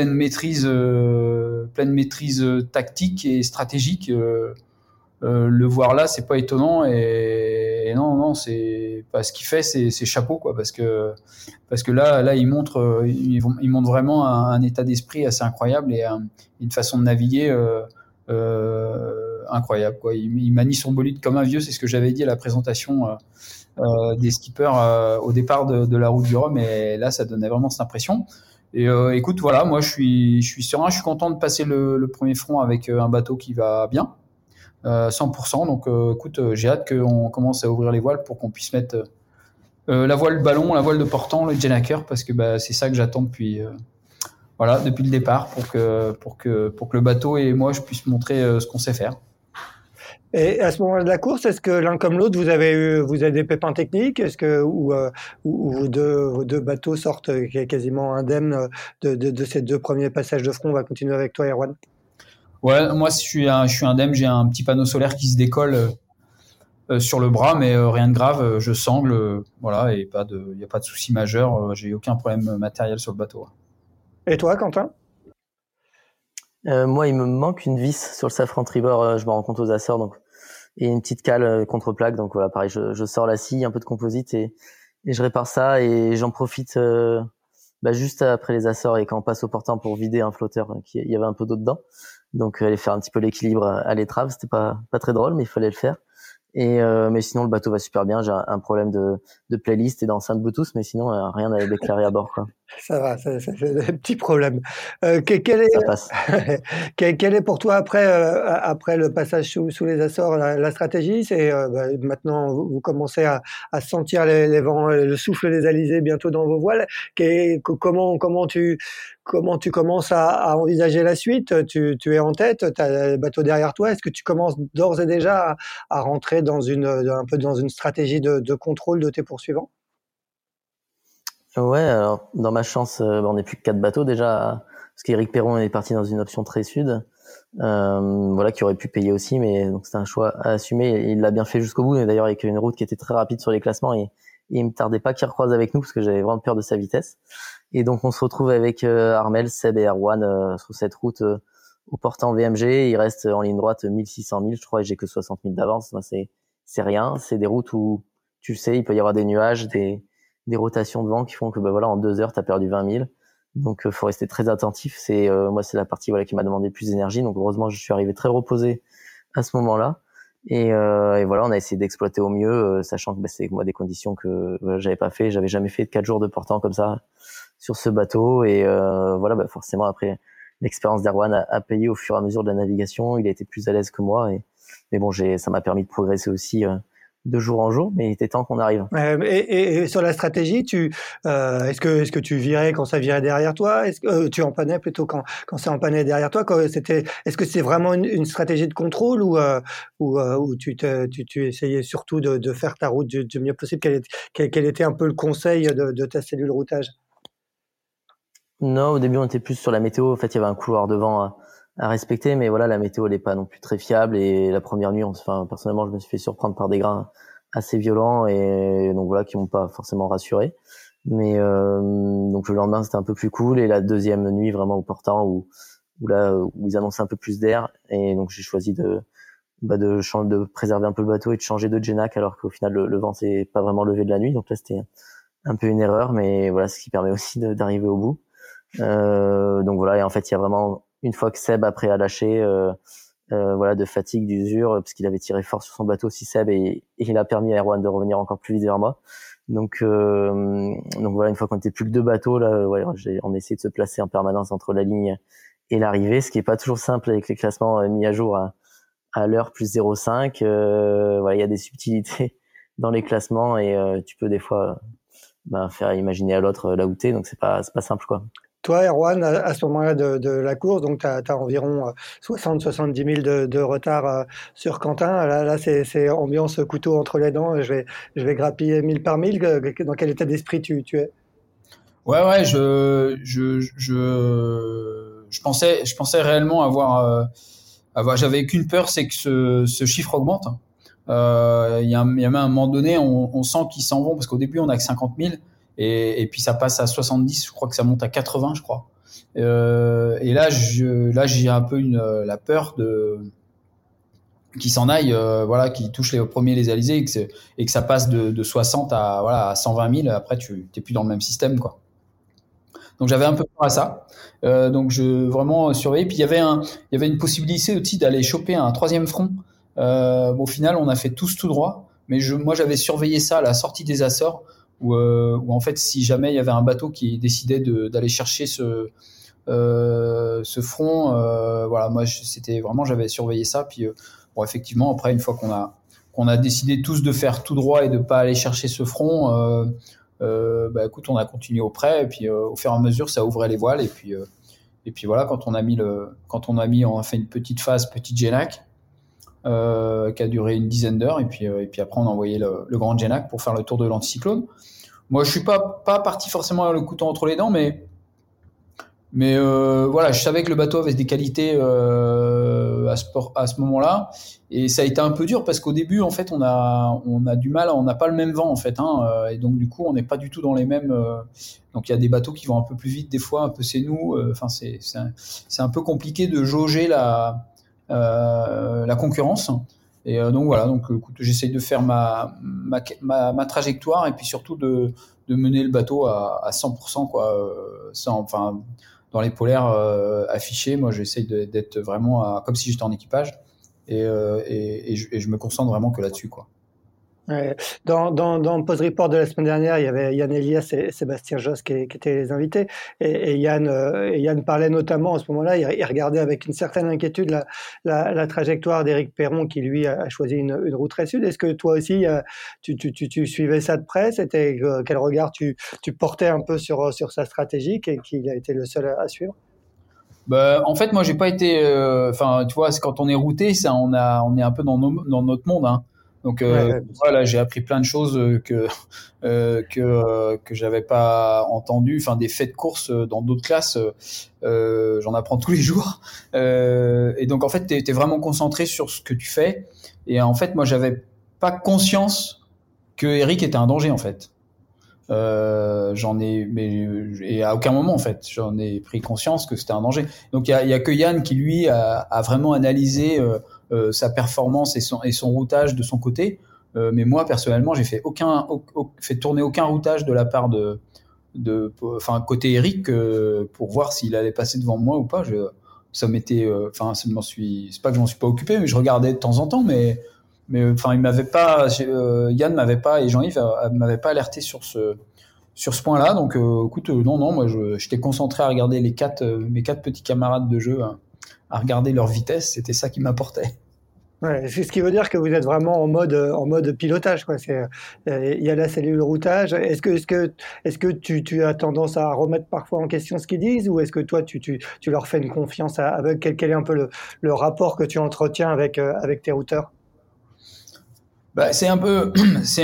pleine maîtrise tactique et stratégique. Le voir là, c'est pas étonnant et Et non, c'est pas ce qu'il fait, c'est chapeau, quoi, parce que là, il montre vraiment un état d'esprit assez incroyable et une façon de naviguer incroyable, quoi. Il manie son bolide comme un vieux, c'est ce que j'avais dit à la présentation des skippers au départ de la route du Rhum, et là, ça donnait vraiment cette impression. Et écoute, voilà, moi je suis serein, je suis content de passer le premier front avec un bateau qui va bien. 100%. Donc, écoute, j'ai hâte qu'on commence à ouvrir les voiles pour qu'on puisse mettre la voile ballon, la voile de portant, le Jenaker, parce que c'est ça que j'attends depuis le départ, pour que le bateau et moi je puisse montrer ce qu'on sait faire. Et à ce moment de la course, est-ce que l'un comme l'autre, vous avez des pépins techniques? Est-ce que ou vos deux bateaux sortent quasiment indemnes de ces deux premiers passages de front? On va continuer avec toi, Erwan. Ouais, moi je suis indemne, j'ai un petit panneau solaire qui se décolle sur le bras, mais rien de grave, je sangle, voilà, et il y a pas de souci majeur, j'ai aucun problème matériel sur le bateau. Et toi, Quentin? Moi, il me manque une vis sur le safran tribord, je me rends compte aux Açores, donc, et une petite cale contre-plaque, donc voilà, pareil, je sors la scie, un peu de composite et je répare ça, et j'en profite juste après les Açores et quand on passe au portant pour vider un flotteur, il y avait un peu d'eau dedans, donc aller faire un petit peu l'équilibre à l'étrave, c'était pas très drôle, mais il fallait le faire. Et mais sinon le bateau va super bien. J'ai un problème de playlist et d'enceinte Bluetooth, mais sinon rien à déclarer à bord, quoi. Ça va, c'est des petits problèmes. Quel Ça est passe. quel est pour toi après le passage sous les Açores la stratégie? C'est maintenant vous commencez à sentir les vents, le souffle des alizés bientôt dans vos voiles. Comment tu commences à envisager la suite? Tu es en tête, tu as le bateau derrière toi. Est-ce que tu commences d'ores et déjà à rentrer un peu dans une stratégie de contrôle de tes poursuivants? Ouais, alors dans ma chance, on n'est plus que 4 bateaux déjà, parce qu'Éric Perron est parti dans une option très sud, voilà, qui aurait pu payer aussi, mais donc c'était un choix à assumer. Et il l'a bien fait jusqu'au bout, et d'ailleurs avec une route qui était très rapide sur les classements, et il me tardait pas qu'il recroise avec nous parce que j'avais vraiment peur de sa vitesse. Et donc on se retrouve avec Armel, Seb et Erwan sur cette route au portant VMG. Il reste en ligne droite 1600 000, je crois, et j'ai que 60 000 d'avance. Moi, c'est rien. C'est des routes où tu sais, il peut y avoir des nuages, des rotations de vent qui font que voilà, en 2 heures t'as perdu 20 000. Donc faut rester très attentif. Moi c'est la partie voilà qui m'a demandé plus d'énergie. Donc heureusement je suis arrivé très reposé à ce moment-là. Et voilà, on a essayé d'exploiter au mieux, sachant que c'est moi des conditions que j'avais pas fait. J'avais jamais fait de 4 jours de portant comme ça sur ce bateau. Et voilà, forcément après l'expérience d'Erwan a payé au fur et à mesure de la navigation. Il a été plus à l'aise que moi. Mais bon, ça m'a permis de progresser aussi de jour en jour, mais il était temps qu'on arrive. Et sur la stratégie, est-ce que tu virais quand ça virait derrière toi? Est-ce que tu empannais plutôt quand ça empannait derrière toi? Est-ce que c'est vraiment une stratégie de contrôle ou tu essayais surtout de faire ta route du mieux possible? Quel était un peu le conseil de ta cellule routage? Non, au début on était plus sur la météo. En fait, il y avait un couloir de vent à respecter, mais voilà, la météo elle est pas non plus très fiable. Et la première nuit, personnellement, je me suis fait surprendre par des grains assez violents, et donc voilà, qui m'ont pas forcément rassuré. Mais donc le lendemain c'était un peu plus cool, et la deuxième nuit vraiment au portant où ils annonçaient un peu plus d'air, et donc j'ai choisi de préserver un peu le bateau et de changer de Genac, alors qu'au final le vent s'est pas vraiment levé de la nuit. Donc là c'était un peu une erreur, mais voilà, ce qui permet aussi d'arriver au bout. Donc voilà, et en fait il y a vraiment, une fois que Seb après a lâché voilà, de fatigue, d'usure, parce qu'il avait tiré fort sur son bateau aussi, Seb, et il a permis à Erwan de revenir encore plus vite vers moi. Donc voilà, une fois qu'on était plus que 2 bateaux là, ouais, on essayait de se placer en permanence entre la ligne et l'arrivée, ce qui est pas toujours simple avec les classements mis à jour à l'heure plus 0,5. Voilà, il y a des subtilités dans les classements, et tu peux des fois faire imaginer à l'autre là où t'es, donc c'est pas simple, quoi. Toi, Erwan, à ce moment-là de la course, donc tu as environ 60-70 000 de retard sur Quentin. Là c'est ambiance couteau entre les dents. Je vais grappiller 1000 par 1000. Dans quel état d'esprit tu es? Ouais, je pensais réellement j'avais qu'une peur, c'est que ce chiffre augmente. Il y a même un moment donné, on sent qu'ils s'en vont, parce qu'au début on a que 50 000, et puis ça passe à 70, je crois que ça monte à 80, je crois. Et là j'ai un peu la peur qui s'en aille, voilà, qui touche les premiers les alizés et que ça passe de 60 à 120 000. Après, tu t'es plus dans le même système, quoi. Donc j'avais un peu peur à ça. Donc je vraiment surveillais. Puis il y avait une possibilité aussi d'aller choper un troisième front. Au final, on a fait tous tout droit. Mais moi, j'avais surveillé ça à la sortie des Açores, où en fait, si jamais il y avait un bateau qui décidait d'aller chercher ce front, voilà, moi, j'avais surveillé ça. Puis bon, effectivement, après, une fois qu'on a décidé tous de faire tout droit et de pas aller chercher ce front, bah écoute, on a continué au près et puis au fur et à mesure, ça ouvrait les voiles et puis voilà, quand on a fait une petite phase, petite Génac, qui a duré une dizaine d'heures et puis après on a envoyé le grand Génac pour faire le tour de l'anticyclone. Moi, je suis pas parti forcément le couteau entre les dents, mais voilà, je savais que le bateau avait des qualités à ce moment-là, et ça a été un peu dur parce qu'au début, en fait, on a du mal, on n'a pas le même vent en fait, hein, et donc du coup, on n'est pas du tout dans les mêmes. Donc il y a des bateaux qui vont un peu plus vite des fois, un peu c'est nous. Enfin, c'est un peu compliqué de jauger la concurrence. Et donc voilà, donc écoute, j'essaye de faire ma trajectoire et puis surtout de mener le bateau à 100%, quoi, enfin dans les polaires affichés. Moi, j'essaye d'être vraiment comme si j'étais en équipage et je me concentre vraiment que là-dessus, quoi. Ouais. Dans le post-report de la semaine dernière, il y avait Yann Elias et Sébastien Josse qui étaient les invités. Et Yann parlait notamment, à ce moment-là, il regardait avec une certaine inquiétude la trajectoire d'Éric Perron, qui lui a choisi une route très sud. Est-ce que toi aussi, tu suivais ça de près? C'était quel regard tu portais un peu sur sa stratégie et qu'il a été le seul à suivre? Bah, en fait, moi, j'ai pas été. Enfin, tu vois, quand on est routé, ça, on est un peu dans notre monde, hein. Donc Ouais, voilà, j'ai appris plein de choses que j'avais pas entendu. Enfin, des faits de course dans d'autres classes, j'en apprends tous les jours. Et donc en fait, t'es vraiment concentré sur ce que tu fais. Et en fait, moi, j'avais pas conscience que Eric était un danger, en fait. Et à aucun moment en fait j'en ai pris conscience que c'était un danger. Donc il y a que Yann qui lui a vraiment analysé sa performance et son routage de son côté. Mais moi personnellement, j'ai fait fait tourner aucun routage de la part enfin côté Eric, pour voir s'il allait passer devant moi ou pas. Ça m'était, enfin c'est pas que je m'en suis pas occupé, mais je regardais de temps en temps, mais enfin il m'avait pas, Yann m'avait pas et Jean-Yves m'avait pas alerté sur ce point-là. Donc écoute, non, moi j'étais concentré à regarder mes quatre petits camarades de jeu, hein, à regarder leur vitesse. C'était ça qui m'apportait. ouais, c'est ce qui veut dire que vous êtes vraiment en mode pilotage, quoi. Il y a la cellule routage. Est-ce que tu as tendance à remettre parfois en question ce qu'ils disent, ou est-ce que toi tu leur fais une confiance avec quel est un peu le rapport que tu entretiens avec tes routeurs? Bah, c'est un peu,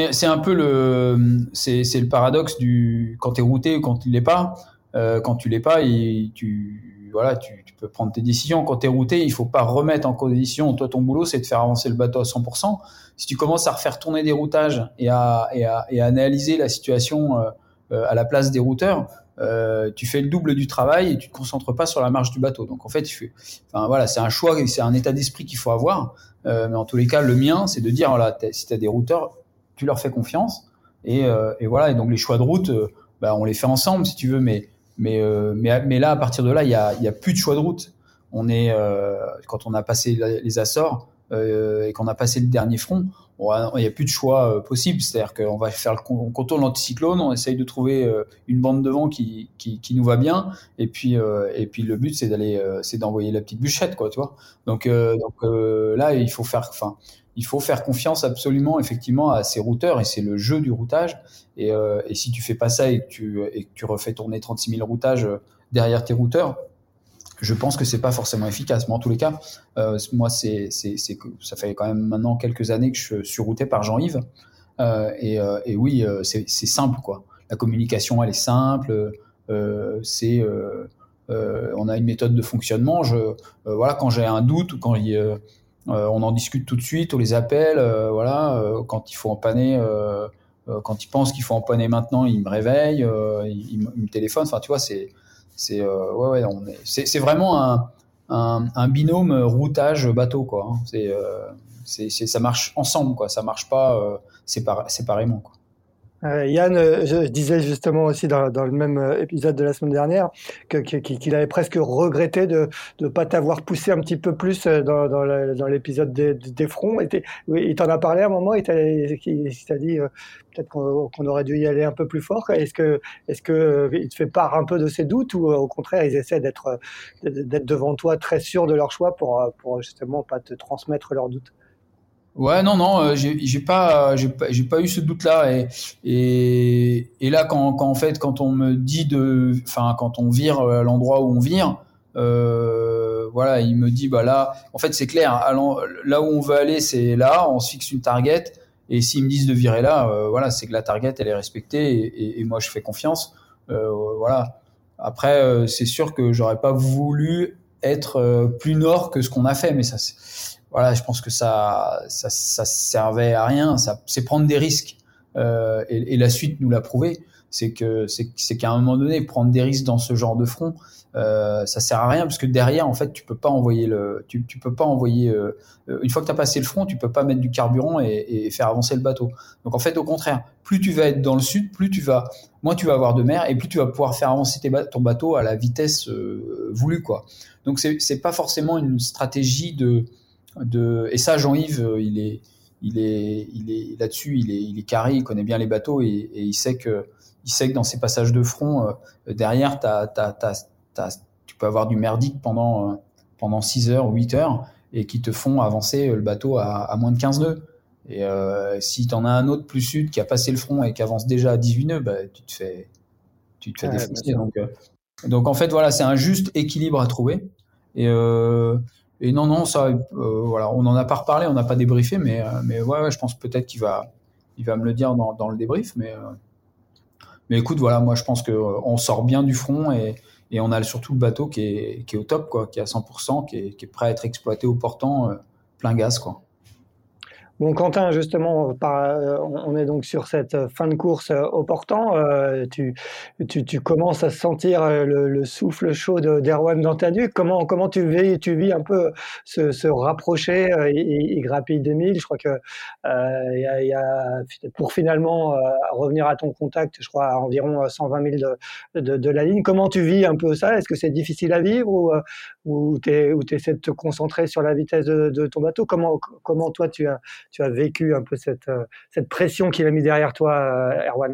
c'est le paradoxe quand t'es routé ou quand tu l'es pas. Quand tu l'es pas, voilà, tu peux prendre tes décisions. Quand t'es routé, il faut pas remettre en condition. Toi, ton boulot, c'est de faire avancer le bateau à 100%. Si tu commences à refaire tourner des routages et à analyser la situation à la place des routeurs, tu fais le double du travail et tu te concentres pas sur la marche du bateau. Donc en fait, enfin voilà, c'est un choix, c'est un état d'esprit qu'il faut avoir. Mais en tous les cas, le mien, c'est de dire, voilà, si tu as des routeurs, tu leur fais confiance. Et voilà, et donc les choix de route, bah, on les fait ensemble si tu veux. Mais là, à partir de là, il y a plus de choix de route. Quand on a passé les Açores et qu'on a passé le dernier front, il n'y a plus de choix possible. C'est-à-dire qu'on va on contourne l'anticyclone, on essaye de trouver une bande de vent qui nous va bien, et puis le but c'est d'envoyer la petite bûchette, quoi, tu vois. Donc là, il faut faire confiance absolument, effectivement, à ces routeurs, et c'est le jeu du routage. Et si tu fais pas ça et que tu refais tourner 36 000 routages derrière tes routeurs, je pense que c'est pas forcément efficace. Mais en tous les cas, moi, ça fait quand même maintenant quelques années que je suis routé par Jean-Yves. Et oui, c'est simple, quoi. La communication, elle est simple. On a une méthode de fonctionnement. Voilà, quand j'ai un doute ou quand on en discute tout de suite, on les appelle. Voilà, quand il faut empanner. Quand ils pensent qu'il faut empanner maintenant, ils me réveillent, ils me téléphonent. Enfin, tu vois, c'est vraiment un binôme routage bateau, quoi. Ça marche ensemble, quoi. Ça marche pas séparément, quoi. Yann, je disais justement aussi dans le même épisode de la semaine dernière qu'il avait presque regretté de ne pas t'avoir poussé un petit peu plus dans l'épisode des fronts. Oui, il t'en a parlé à un moment, il t'a dit peut-être qu'on aurait dû y aller un peu plus fort. Est-ce que il te fait part un peu de ses doutes ou au contraire ils essaient d'être devant toi très sûrs de leur choix pour justement pas te transmettre leurs doutes? Ouais, non, j'ai pas eu ce doute-là et là quand en fait quand on me dit quand on vire à l'endroit où on vire, voilà, il me dit bah là, en fait c'est clair, là où on veut aller c'est là, on se fixe une target et s'ils me disent de virer là, voilà, c'est que la target elle est respectée et moi je fais confiance, voilà. Après c'est sûr que j'aurais pas voulu être plus nord que ce qu'on a fait, mais voilà, je pense que ça servait à rien. C'est prendre des risques. Et la suite nous l'a prouvé. C'est qu'à un moment donné, prendre des risques dans ce genre de front, ça sert à rien parce que derrière, en fait, tu peux pas envoyer une fois que tu as passé le front, tu peux pas mettre du carburant et faire avancer le bateau. Donc en fait, au contraire, plus tu vas être dans le sud, moins tu vas avoir de mer et plus tu vas pouvoir faire avancer ton bateau à la vitesse voulue, quoi. Donc c'est pas forcément une stratégie et ça, Jean-Yves, il est là-dessus, il est carré, il connaît bien les bateaux et il sait que dans ces passages de front, derrière, tu peux avoir du merdique pendant 6 heures ou 8 heures et qui te font avancer le bateau à moins de 15 nœuds. Et si t'en as un autre plus sud qui a passé le front et qui avance déjà à 18 nœuds, bah, tu te fais défoncer. Donc en fait, voilà, c'est un juste équilibre à trouver. Et non, ça, voilà, on n'en a pas reparlé, on n'a pas débriefé, mais ouais, je pense peut-être qu'il va me le dire dans le débrief, mais écoute, voilà, moi je pense que on sort bien du front et on a surtout le bateau qui est au top, quoi, qui est à 100%, qui est prêt à être exploité au portant, plein gaz, quoi. Bon, Quentin, justement, on est donc sur cette fin de course au portant. Tu commences à sentir le souffle chaud d'Erwan dans ta nuque. Comment tu vis un peu se rapprocher et grappiller 2000? Je crois que il y a, pour finalement revenir à ton contact, je crois à environ 120 000 de la ligne. Comment tu vis un peu ça? Est-ce que c'est difficile à vivre ou tu essaies de te concentrer sur la vitesse de ton bateau? Comment toi tu as vécu un peu cette pression qu'il a mis derrière toi, Erwan?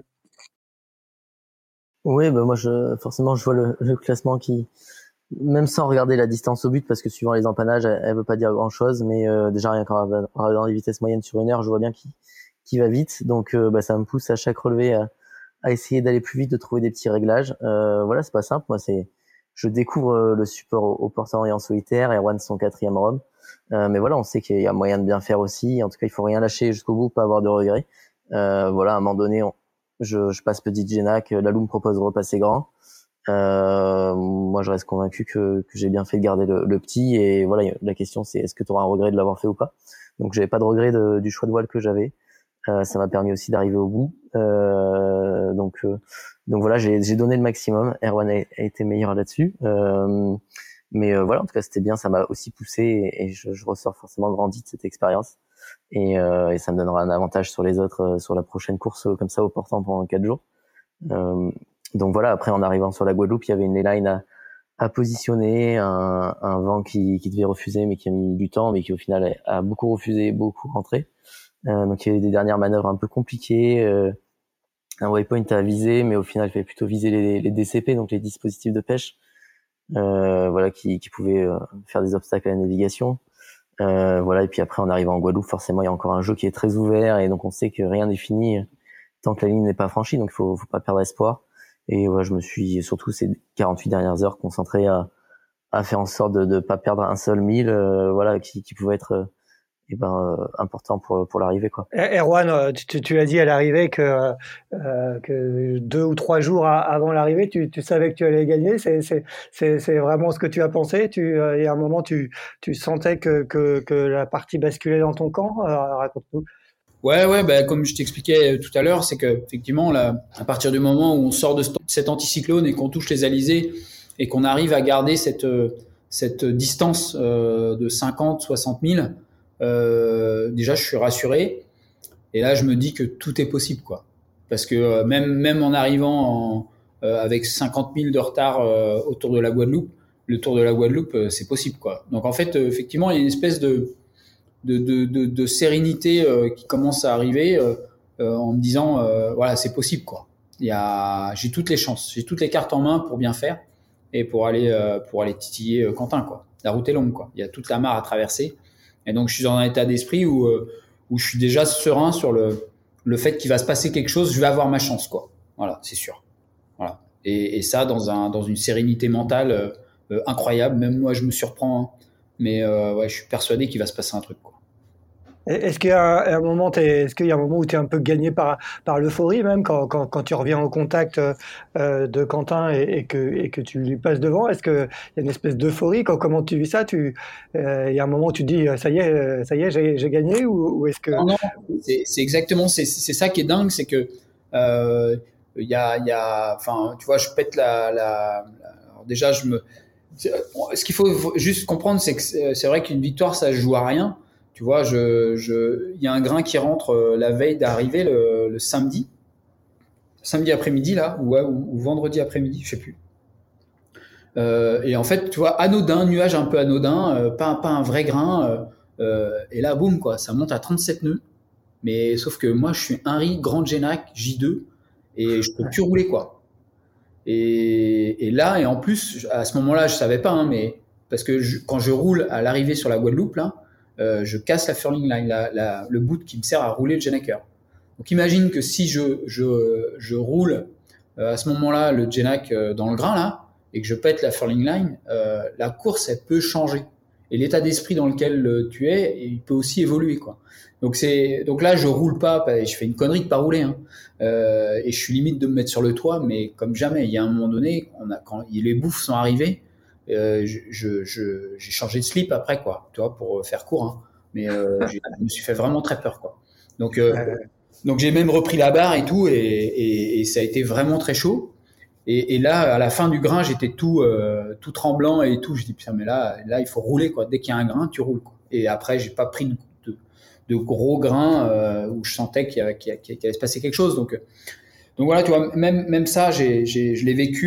Oui, bah moi forcément je vois le classement qui, même sans regarder la distance au but, parce que suivant les empannages, elle veut pas dire grand chose, mais déjà rien qu'en regardant les vitesses moyennes sur 1 heure, je vois bien qu'il va vite, donc bah ça me pousse à chaque relevé à essayer d'aller plus vite, de trouver des petits réglages. Voilà, c'est pas simple. Moi, je découvre le support au portant et en solitaire. Erwan son 4e rhum. Mais voilà, on sait qu'il y a moyen de bien faire aussi. En tout cas, il faut rien lâcher jusqu'au bout, pas avoir de regrets. Voilà, à un moment donné, je passe petit Genac. Lalou me propose de repasser grand. Moi, je reste convaincu que j'ai bien fait de garder le petit. Et voilà, la question, c'est est-ce que tu auras un regret de l'avoir fait ou pas? Donc, j'avais pas de regret du choix de voile que j'avais. Ça m'a permis aussi d'arriver au bout. Donc voilà, j'ai donné le maximum. Erwan a été meilleur là-dessus. Mais voilà, en tout cas, c'était bien. Ça m'a aussi poussé et je ressors forcément grandi de cette expérience. Et ça me donnera un avantage sur les autres, sur la prochaine course comme ça au portant pendant 4 jours. Donc voilà, après en arrivant sur la Guadeloupe, il y avait une line à positionner, un vent qui devait refuser mais qui a mis du temps, mais qui au final a beaucoup refusé, beaucoup rentré. Donc il y a eu des dernières manœuvres un peu compliquées, un waypoint à viser, mais au final il fallait plutôt viser les DCP, donc les dispositifs de pêche, voilà, qui pouvaient faire des obstacles à la navigation. Voilà, et puis après en arrivant en Guadeloupe, forcément il y a encore un jeu qui est très ouvert et donc on sait que rien n'est fini tant que la ligne n'est pas franchie, donc il faut pas perdre espoir. Et voilà, je me suis surtout ces 48 dernières heures concentré à faire en sorte de pas perdre un seul mille, voilà, qui pouvait être important pour l'arrivée, quoi. Erwan, tu as dit à l'arrivée que 2 ou 3 jours avant l'arrivée, tu savais que tu allais gagner. C'est vraiment ce que tu as pensé. Il y a un moment, tu sentais que la partie basculait dans ton camp. Raconte-nous. Ouais, bah, comme je t'expliquais tout à l'heure, c'est que effectivement, là, à partir du moment où on sort de cet anticyclone et qu'on touche les alizés et qu'on arrive à garder cette cette distance de 50, 60 000, déjà je suis rassuré. Et là, je me dis que tout est possible, quoi. Parce que même en arrivant avec 50 000 de retard autour de la Guadeloupe, le Tour de la Guadeloupe, c'est possible, quoi. Donc en fait, effectivement, il y a une espèce de sérénité qui commence à arriver en me disant, voilà, c'est possible, quoi. J'ai toutes les chances, j'ai toutes les cartes en main pour bien faire et pour aller titiller Quentin, quoi. La route est longue, quoi. Il y a toute la mare à traverser. Et donc, je suis dans un état d'esprit où je suis déjà serein sur le fait qu'il va se passer quelque chose, je vais avoir ma chance, quoi. Voilà, c'est sûr. Voilà. Et ça, dans une sérénité mentale incroyable. Même moi, je me surprends, hein. Mais ouais, je suis persuadé qu'il va se passer un truc, quoi. Est-ce qu'il y a un moment, est-ce qu'il y a un moment où tu es un peu gagné par l'euphorie même quand tu reviens au contact de Quentin et que tu lui passes devant? Est-ce qu'il y a une espèce d'euphorie? Comment tu vis ça? Il y a un moment où tu te dis ça y est, j'ai gagné ou est-ce que Non, c'est exactement c'est ça qui est dingue, c'est que enfin, tu vois, je pète alors déjà ce qu'il faut juste comprendre, c'est que c'est vrai qu'une victoire, ça se joue à rien. Tu vois, il y a un grain qui rentre la veille d'arriver le samedi après-midi là, ou vendredi après-midi, je sais plus. Et en fait, tu vois, anodin, nuage un peu anodin, pas un vrai grain. Et là, boum, quoi, ça monte à 37 nœuds. Mais sauf que moi, je suis un riz Grand Genac J2 et je peux plus rouler, quoi. Et là, et en plus, à ce moment-là, je savais pas, hein, mais parce que quand je roule à l'arrivée sur la Guadeloupe, là, je casse la furling line, le bout qui me sert à rouler le Genaker. Donc imagine que si je roule à ce moment-là le Genac dans le grain là et que je pète la furling line, la course elle peut changer et l'état d'esprit dans lequel tu es, il peut aussi évoluer, quoi. Donc là je roule pas, je fais une connerie de pas rouler, hein. Et je suis limite de me mettre sur le toit, mais comme jamais. Il y a un moment donné, quand les bouffes sont arrivées, j'ai changé de slip après, quoi, tu vois, pour faire court, hein. Mais je me suis fait vraiment très peur, quoi. Donc j'ai même repris la barre et tout, et ça a été vraiment très chaud. Et là, à la fin du grain, j'étais tout tremblant et tout. Je dis putain, mais là, il faut rouler, quoi. Dès qu'il y a un grain, tu roules, quoi. Et après, j'ai pas pris de gros grains où je sentais qu'il allait se passer quelque chose. Donc voilà, tu vois, même ça, je l'ai vécu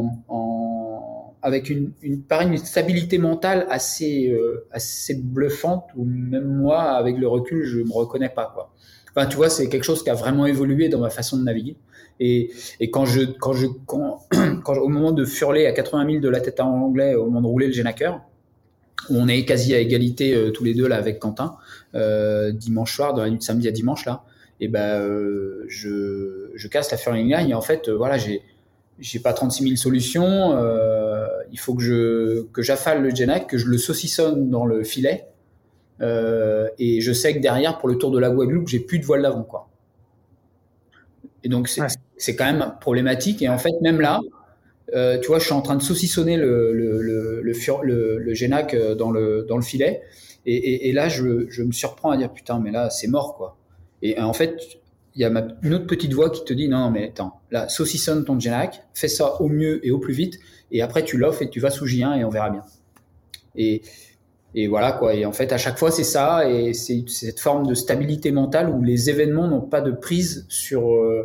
avec une stabilité mentale assez bluffante, où même moi, avec le recul, je me reconnais pas, quoi. Enfin, tu vois, c'est quelque chose qui a vraiment évolué dans ma façon de naviguer. Et quand au moment de furler à 80 000 de la tête à l'anglais, au moment de rouler le Genaker, où on est quasi à égalité tous les deux là avec Quentin, dimanche soir, dans la nuit de samedi à dimanche là, et je casse la furling line et en fait, voilà, j'ai pas 36 000 solutions. Il faut que j'affale le Genac, que je le saucissonne dans le filet. Et je sais que derrière, pour le Tour de la Guadeloupe, j'ai plus de voile d'avant, quoi. Et donc c'est quand même problématique. Et en fait, même là, tu vois, je suis en train de saucissonner le Genac dans le filet. Et là, je me surprends à dire putain, mais là, c'est mort, quoi. Et en fait, il y a une autre petite voix qui te dit non, mais attends, là, saucissonne ton Genac, fais ça au mieux et au plus vite, et après tu l'offres et tu vas sous J1 et on verra bien. Et voilà, quoi. Et en fait, à chaque fois, c'est ça, et c'est cette forme de stabilité mentale où les événements n'ont pas de prise sur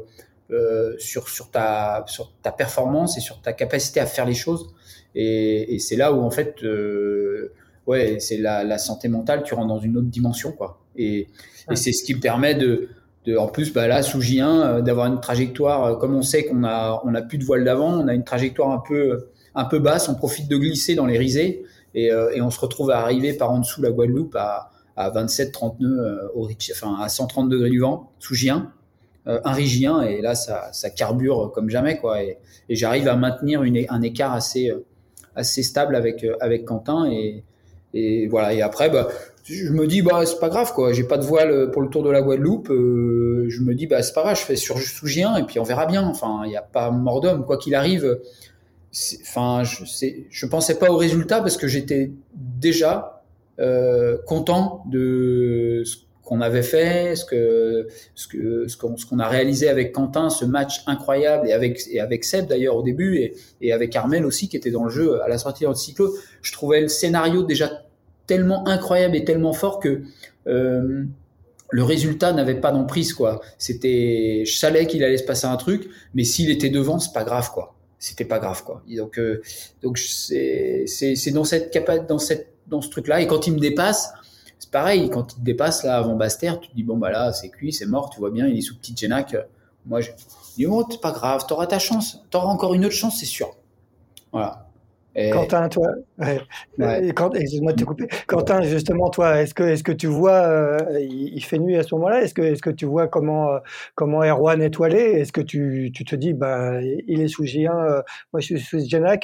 ta performance et sur ta capacité à faire les choses. Et c'est là où en fait, ouais, c'est la santé mentale. Tu rentres dans une autre dimension, quoi. Et c'est ce qui me permet en plus, là, sous J1, d'avoir une trajectoire, comme on sait qu'on a plus de voile d'avant, on a une trajectoire un peu basse, on profite de glisser dans les risées et on se retrouve à arriver par en dessous la Guadeloupe à 27-30 nœuds à 130 degrés du vent sous J1, un riz J1, et là ça carbure comme jamais, quoi. Et j'arrive à maintenir un écart assez stable avec Quentin, et voilà. Et après, je me dis c'est pas grave, quoi. J'ai pas de voile pour le Tour de la Guadeloupe. Je me dis c'est pas grave, je fais sous J1 et puis on verra bien. Enfin, il y a pas mort d'homme, quoi qu'il arrive. Enfin, je pensais pas au résultat parce que j'étais déjà content de ce qu'on avait fait, ce qu'on a réalisé avec Quentin, ce match incroyable, et avec Seb d'ailleurs au début, et avec Armel aussi qui était dans le jeu à la sortie de cyclo. Je trouvais le scénario déjà tellement incroyable et tellement fort que le résultat n'avait pas d'emprise, quoi. Je savais qu'il allait se passer un truc, mais s'il était devant, c'est pas grave, quoi. C'était pas grave, quoi. Et donc c'est dans ce truc-là. Et quand il me dépasse, c'est pareil. Quand il te dépasse là avant Basse-Terre, tu te dis bon bah là c'est cuit, c'est mort. Tu vois bien, il est sous petite Génac. Moi je dis oh c'est pas grave, t'auras ta chance, t'auras encore une autre chance, c'est sûr. Voilà. Quentin, toi, ouais. Ouais. Excuse-moi de te couper. Quentin, justement, toi, est-ce que tu vois, il fait nuit à ce moment-là, est-ce que tu vois comment Erwan est toilé? Est-ce que tu te dis, bah, il est sous J1, moi je suis sous Genac,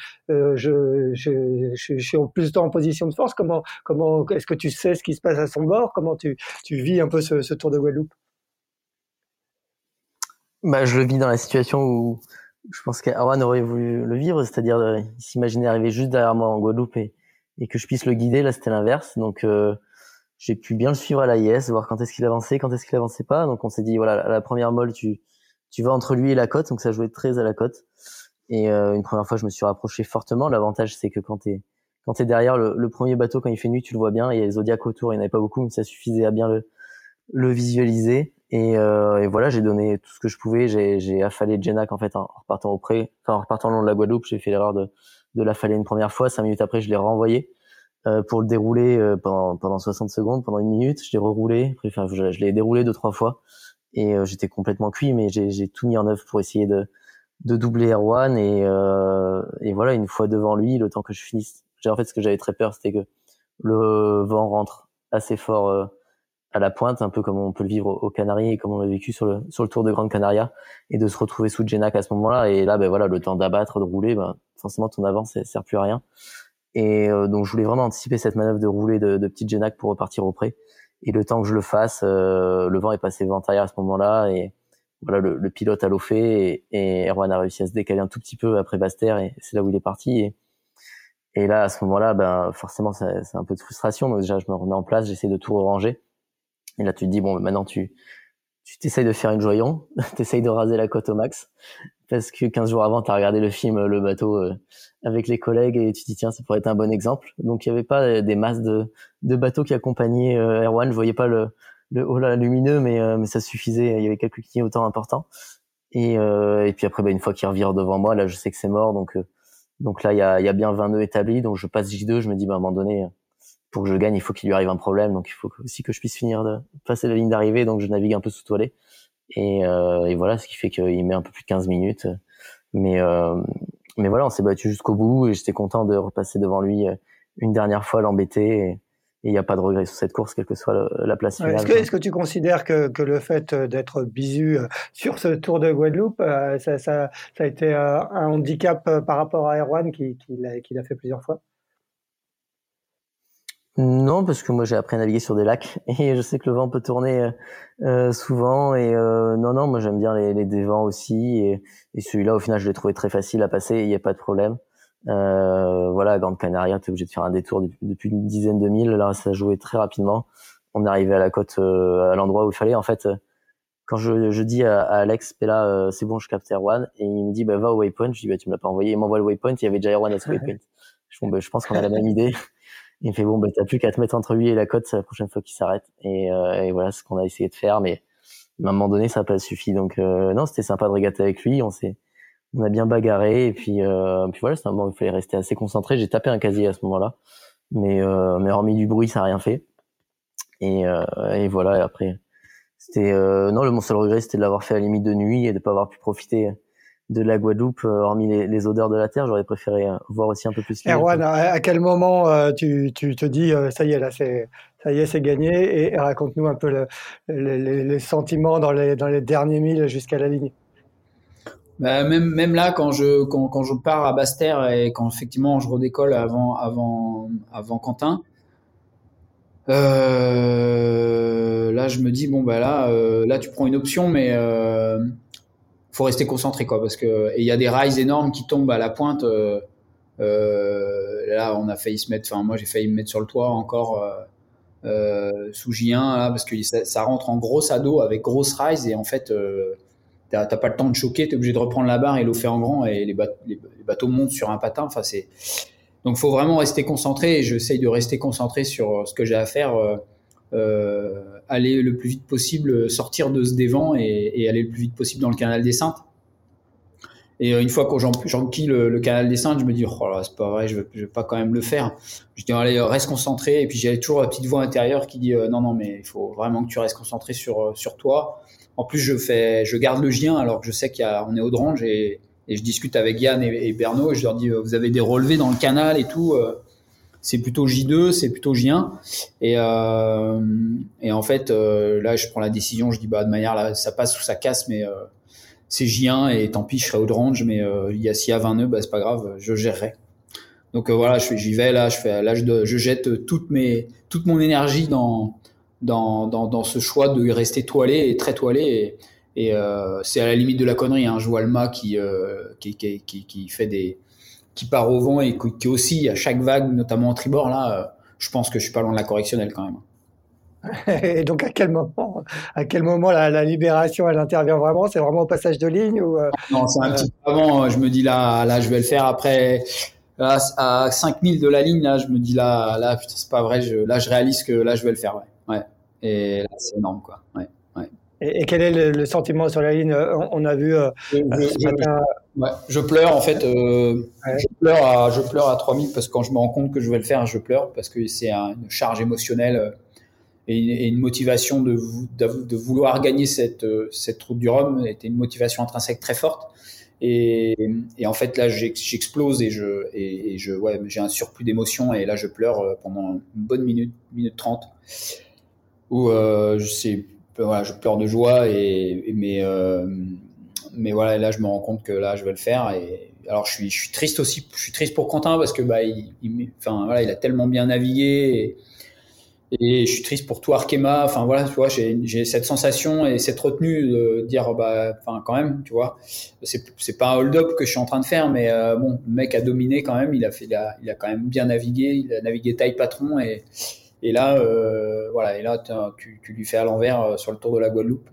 je suis en plus de temps en position de force. Est-ce que tu sais ce qui se passe à son bord? Comment tu vis un peu ce Tour de Guadeloupe? Bah, je le vis dans la situation où je pense qu'Erwan aurait voulu le vivre, c'est-à-dire il s'imaginait arriver juste derrière moi en Guadeloupe et que je puisse le guider. Là, c'était l'inverse. Donc, j'ai pu bien le suivre à l'AIS, voir quand est-ce qu'il avançait, quand est-ce qu'il avançait pas. Donc, on s'est dit, voilà, à la première molle, tu vas entre lui et la côte. Donc, ça jouait très à la côte. Et une première fois, je me suis rapproché fortement. L'avantage, c'est que quand t'es derrière le premier bateau, quand il fait nuit, tu le vois bien. Il y a les Zodiacs autour, il n'y en avait pas beaucoup, mais ça suffisait à bien le visualiser. Et voilà, j'ai donné tout ce que je pouvais. J'ai affalé Genac en fait en repartant en repartant le long de la Guadeloupe. J'ai fait l'erreur de l'affaler une première fois. 5 minutes après, je l'ai renvoyé pour le dérouler pendant 60 secondes, pendant 1 minute. Je l'ai reroulé. Après, enfin, je l'ai déroulé 2-3 fois et j'étais complètement cuit, mais j'ai tout mis en œuvre pour essayer de doubler Erwan et voilà, une fois devant lui, le temps que je finisse. En fait, ce que j'avais très peur, c'était que le vent rentre assez fort à la pointe, un peu comme on peut le vivre aux Canaries et comme on l'a vécu sur le Tour de Grande Canaria, et de se retrouver sous Genac à ce moment-là. Et là, ben voilà, le temps d'abattre, de rouler, ben forcément ton avance ça sert plus à rien. Et donc je voulais vraiment anticiper cette manœuvre de rouler de petite Genac pour repartir au pré. Et le temps que je le fasse, le vent est passé vent arrière à ce moment-là, et voilà, le pilote a l'eau fait, et Erwan a réussi à se décaler un tout petit peu après Basse-Terre, et c'est là où il est parti. Et là, à ce moment-là, ben forcément, c'est un peu de frustration. Donc déjà, je me remets en place, j'essaie de tout ranger. Et là, tu te dis, bon, maintenant, tu t'essayes de faire une joyon, t'essayes de raser la côte au max, parce que 15 jours avant, t'as regardé le film Le Bateau avec les collègues, et tu te dis, tiens, ça pourrait être un bon exemple. Donc, il y avait pas des masses de bateaux qui accompagnaient Erwan. Je voyais pas le haut là, lumineux, mais ça suffisait. Il y avait quelques clignotants importants. Et puis après, une fois qu'il revire devant moi, là, je sais que c'est mort. Donc là, il y a bien 20 nœuds établis. Donc, je passe J2. Je me dis, à un moment donné, pour que je gagne, il faut qu'il lui arrive un problème. Donc, il faut aussi que je puisse finir de passer la ligne d'arrivée. Donc, je navigue un peu sous toilé. Et voilà, ce qui fait qu'il met un peu plus de 15 minutes. Mais voilà, on s'est battu jusqu'au bout et j'étais content de repasser devant lui une dernière fois, l'embêter. Et il n'y a pas de regret sur cette course, quelle que soit la place finale. Est-ce que tu considères que le fait d'être bisu sur ce Tour de Guadeloupe, ça a été un handicap par rapport à Erwan qui l'a fait plusieurs fois? Non, parce que moi j'ai appris à naviguer sur des lacs et je sais que le vent peut tourner souvent, et non, moi j'aime bien les dévents aussi, et celui-là au final je l'ai trouvé très facile à passer, il n'y a pas de problème. Voilà, à Grande Canaria, t'es obligé de faire un détour depuis une dizaine de milles. Là, ça jouait très rapidement. On est arrivé à la côte, à l'endroit où il fallait. En fait, quand je dis à Alex Pella, c'est bon, je capte Erwan, et il me dit, va au waypoint. Je dis, tu me l'as pas envoyé. Il m'envoie le waypoint. Il y avait déjà Erwan à ce waypoint. Je pense qu'on a la même idée. Il me fait, t'as plus qu'à te mettre entre lui et la côte, c'est la prochaine fois qu'il s'arrête. Et voilà ce qu'on a essayé de faire, mais à un moment donné, ça n'a pas suffi. Donc non, c'était sympa de régater avec lui. On a bien bagarré, et puis voilà, c'est un moment où il fallait rester assez concentré. J'ai tapé un casier à ce moment-là, mais hormis du bruit, ça n'a rien fait. Et voilà, et après, c'était non, mon seul regret, c'était de l'avoir fait à la limite de nuit et de pas avoir pu profiter de la Guadeloupe, hormis les odeurs de la terre. J'aurais préféré voir aussi un peu plus. Erwan, à quel moment tu te dis ça y est, là ça y est, c'est gagné, et raconte-nous un peu les sentiments dans les derniers milles jusqu'à la ligne. Même là, quand je pars à Basse-Terre et quand effectivement je redécolle avant Quentin, là je me dis là tu prends une option, mais faut rester concentré, quoi, parce que il y a des rails énormes qui tombent à la pointe. Là on a failli se mettre, moi j'ai failli me mettre sur le toit encore. sous J1 là, parce que ça rentre en grosse ado avec grosse rise et en fait t'as pas le temps de choquer, t'es obligé de reprendre la barre et l'eau fait en grand et les bateaux montent sur un patin. Enfin donc faut vraiment rester concentré et j'essaye de rester concentré sur ce que j'ai à faire. Aller le plus vite possible, sortir de ce dévent et aller le plus vite possible dans le canal des Saintes. Et une fois que j'enquille le canal des Saintes, je me dis oh là c'est pas vrai, je vais pas quand même le faire. Je dis allez reste concentré et puis j'avais toujours la petite voix intérieure qui dit non mais il faut vraiment que tu restes concentré sur toi. En plus je garde le J1 alors que je sais qu'on est au Drange et je discute avec Yann et Bernot et je leur dis vous avez des relevés dans le canal et tout. C'est plutôt J2, c'est plutôt J1. Et en fait, là, je prends la décision. Je dis, bah, de manière, là, ça passe ou ça casse, mais c'est J1 et tant pis, je serai au range. Mais s'il y a 20 nœuds, bah, c'est pas grave, je gérerai. Donc voilà, j'y vais. Là, je jette toute mon énergie dans ce choix de rester toilé et très toilé. Et c'est à la limite de la connerie. Hein. Je vois le mât qui fait qui part au vent et qui aussi à chaque vague, notamment en tribord, là, je pense que je suis pas loin de la correctionnelle quand même. Et donc à quel moment la libération elle intervient vraiment? C'est vraiment au passage de ligne ou Non, c'est un petit peu avant. Je me dis là, je vais le faire après. Là, à 5000 de la ligne, là, je me dis là, putain, c'est pas vrai. Là, je réalise que là, je vais le faire. Ouais. Et là, c'est énorme, quoi. Ouais. et quel est le sentiment sur la ligne? On a vu ce matin. Ouais, je pleure en fait. Ouais. Je pleure à 3000 parce que quand je me rends compte que je vais le faire, je pleure parce que c'est une charge émotionnelle et une motivation de vouloir gagner cette route du Rhum était une motivation intrinsèque très forte. Et en fait là, j'explose et j'ai un surplus d'émotions et là je pleure pendant une bonne minute 30 où je pleure de joie mais voilà, là je me rends compte que là je vais le faire et alors je suis triste aussi, je suis triste pour Quentin parce que il a tellement bien navigué et je suis triste pour tout Arkema, enfin voilà, tu vois, j'ai cette sensation et cette retenue de dire quand même, tu vois, c'est pas un hold-up que je suis en train de faire mais bon, le mec a dominé quand même, il a quand même bien navigué, il a navigué taille patron et là voilà, et là tu lui fais à l'envers sur le tour de la Guadeloupe.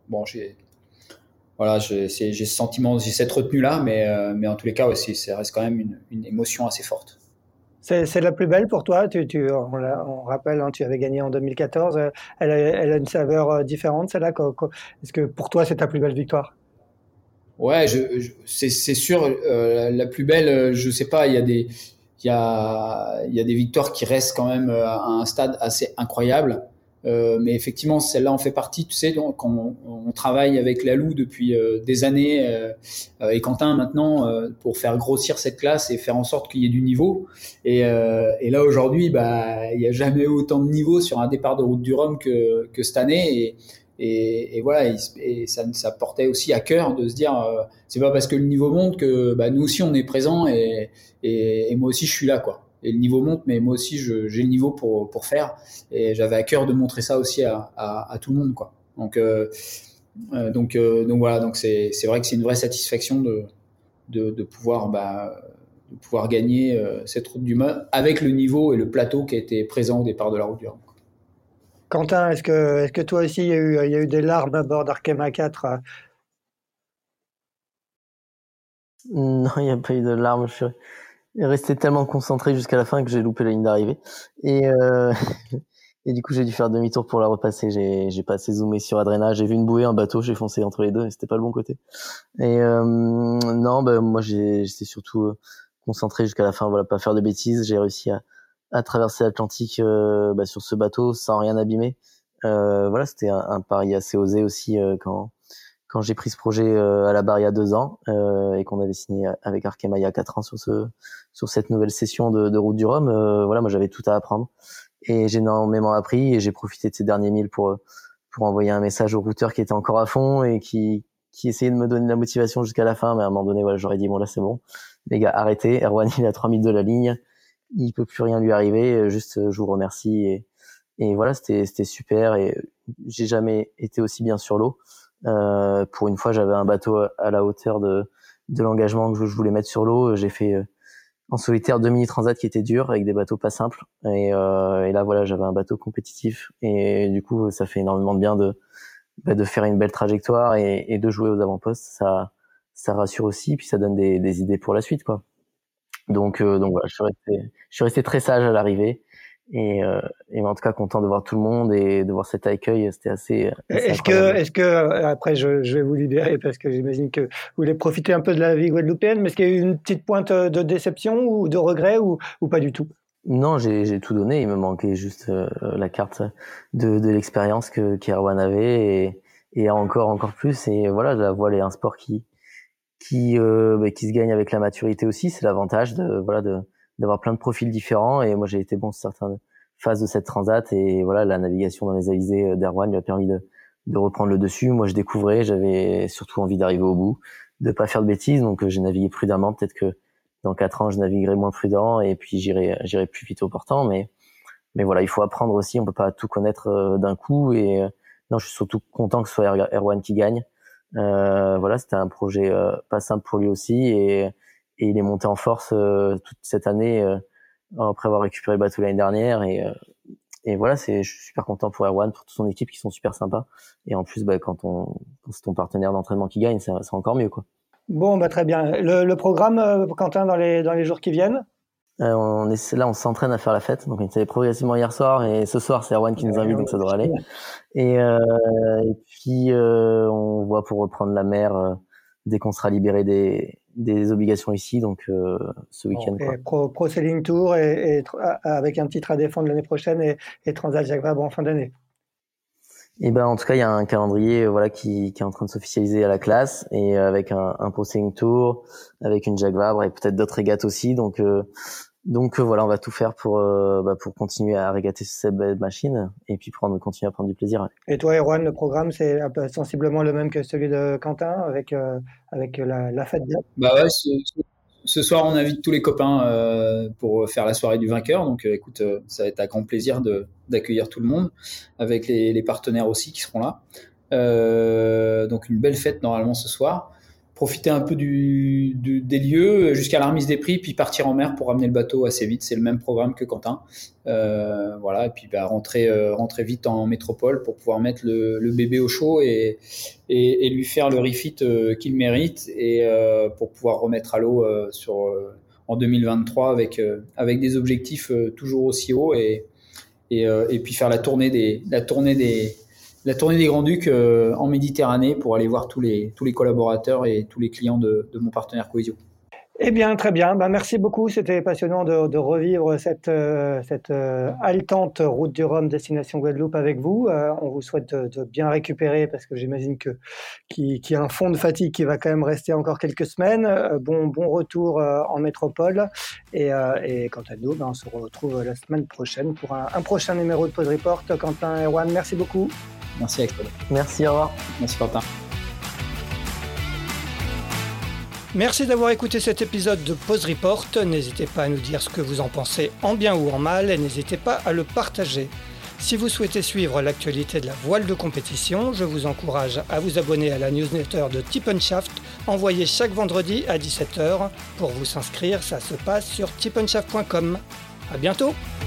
J'ai ce sentiment, j'ai cette retenue là, mais en tous les cas aussi, ça reste quand même une émotion assez forte. C'est la plus belle pour toi. On rappelle, hein, tu avais gagné en 2014. Elle a une saveur différente, celle-là. Est-ce que pour toi, c'est ta plus belle victoire? Ouais, c'est sûr. La plus belle, je sais pas. Il y a des victoires qui restent quand même à un stade assez incroyable. Mais effectivement, celle-là en fait partie. Tu sais, donc on travaille avec Lalou depuis des années et Quentin maintenant pour faire grossir cette classe et faire en sorte qu'il y ait du niveau. Et là aujourd'hui, il y a jamais eu autant de niveau sur un départ de route du Rhum que cette année. Et voilà, et ça portait aussi à cœur de se dire, c'est pas parce que le niveau monte que nous aussi on est présent et moi aussi je suis là quoi. Et le niveau monte, mais moi aussi j'ai le niveau pour faire. Et j'avais à cœur de montrer ça aussi à tout le monde quoi. Donc voilà, donc c'est vrai que c'est une vraie satisfaction de pouvoir gagner cette route du Mât avec le niveau et le plateau qui a été présent au départ de la route du Rhum. Quentin, est-ce que toi aussi, il y a eu des larmes à bord d'Arkema 4? Non, il n'y a pas eu de larmes. Je suis resté tellement concentré jusqu'à la fin que j'ai loupé la ligne d'arrivée. Et, et du coup, j'ai dû faire demi-tour pour la repasser. J'ai pas assez zoomé sur Adrena. J'ai vu une bouée, un bateau, j'ai foncé entre les deux et c'était pas le bon côté. Et non, moi, j'étais surtout concentré jusqu'à la fin. Voilà, pas faire de bêtises. J'ai réussi à traverser l'Atlantique sur ce bateau sans rien abîmer. Voilà, c'était un pari assez osé aussi quand j'ai pris ce projet à la barre il y a 2 ans et qu'on avait signé avec Arkema il y a 4 ans sur cette nouvelle session de route du Rhum. Voilà, moi j'avais tout à apprendre et j'ai énormément appris et j'ai profité de ces derniers 1000 pour envoyer un message au routeur qui était encore à fond et qui essayait de me donner la motivation jusqu'à la fin. Mais à un moment donné, voilà, j'aurais dit bon là c'est bon, les gars, arrêtez. Erwan il est à 3000 de la ligne, il peut plus rien lui arriver. Juste je vous remercie et voilà, c'était super et j'ai jamais été aussi bien sur l'eau. Pour une fois, j'avais un bateau à la hauteur de l'engagement que je voulais mettre sur l'eau. J'ai fait en solitaire 2 mini transats qui étaient durs avec des bateaux pas simples. Et là, voilà, j'avais un bateau compétitif. Et du coup, ça fait énormément de bien de faire une belle trajectoire et de jouer aux avant-postes. Ça rassure aussi, puis ça donne des idées pour la suite, quoi. Donc voilà, je suis resté très sage à l'arrivée. Et en tout cas content de voir tout le monde et de voir cet accueil, c'était assez incroyable. Est-ce que après je vais vous libérer parce que j'imagine que vous voulez profiter un peu de la vie guadeloupéenne, mais est-ce qu'il y a eu une petite pointe de déception ou de regret ou pas du tout? Non, j'ai tout donné, il me manquait juste la carte de l'expérience qu'Erwan avait et encore plus. Et voilà, la voile est un sport qui se gagne avec la maturité aussi. C'est l'avantage d'avoir plein de profils différents. Et moi, j'ai été bon sur certaines phases de cette transat. Et voilà, la navigation dans les alizés d'Erwan lui a permis de reprendre le dessus. Moi, je découvrais, j'avais surtout envie d'arriver au bout, de pas faire de bêtises. Donc, j'ai navigué prudemment. Peut-être que dans 4 ans, je naviguerai moins prudent et puis j'irai plus vite au portant. Mais voilà, il faut apprendre aussi. On peut pas tout connaître d'un coup. Et non, je suis surtout content que ce soit Erwan qui gagne. Voilà, c'était un projet pas simple pour lui aussi et il est monté en force toute cette année après avoir récupéré le bateau l'année dernière et voilà, je suis super content pour Erwan, pour toute son équipe qui sont super sympas et en plus quand c'est ton partenaire d'entraînement qui gagne, c'est encore mieux, quoi. Bon, très bien. Le programme, Quentin, dans les jours qui viennent? On s'entraîne à faire la fête. Donc, on était progressivement hier soir et ce soir, c'est Erwan qui nous invite, donc ça devrait aller. Et puis, on voit pour reprendre la mer dès qu'on sera libéré des obligations ici, donc ce week-end. Pro Sailing Tour et avec un titre à défendre l'année prochaine et Transat Jacques Vabre en fin d'année. Et en tout cas, il y a un calendrier qui est en train de s'officialiser à la classe et avec un Pro Sailing Tour, avec une Jacques Vabre et peut-être d'autres régates aussi. Donc voilà, on va tout faire pour continuer à régater cette belle machine et puis continuer à prendre du plaisir. Et toi, Erwan, le programme, c'est sensiblement le même que celui de Quentin avec la fête de... Ouais, ce soir, on invite tous les copains pour faire la soirée du vainqueur. Donc, écoute, ça va être un grand plaisir d'accueillir tout le monde, avec les partenaires aussi qui seront là. Donc, une belle fête normalement ce soir. Profiter un peu des lieux jusqu'à la remise des prix, puis partir en mer pour ramener le bateau assez vite. C'est le même programme que Quentin. Voilà, et puis rentrer vite en métropole pour pouvoir mettre le bébé au chaud et lui faire le refit qu'il mérite et pour pouvoir remettre à l'eau en 2023 avec des objectifs toujours aussi hauts et puis faire la tournée des Grands-Ducs en Méditerranée pour aller voir tous les collaborateurs et tous les clients de mon partenaire Cohesio. Eh bien, très bien. Merci beaucoup. C'était passionnant de revivre cette haletante route du Rhum destination Guadeloupe avec vous. On vous souhaite de bien récupérer parce que j'imagine qu'il y a un fond de fatigue qui va quand même rester encore quelques semaines. Bon retour en métropole. Et quant à nous, on se retrouve la semaine prochaine pour un prochain numéro de Pause Report. Quentin et Erwan, merci beaucoup. Merci Axel. Merci, au revoir. Merci Quentin. Merci d'avoir écouté cet épisode de Pause Report. N'hésitez pas à nous dire ce que vous en pensez en bien ou en mal et n'hésitez pas à le partager. Si vous souhaitez suivre l'actualité de la voile de compétition, je vous encourage à vous abonner à la newsletter de Tip & Shaft envoyée chaque vendredi à 17h. Pour vous inscrire, ça se passe sur tipnshaft.com. À bientôt!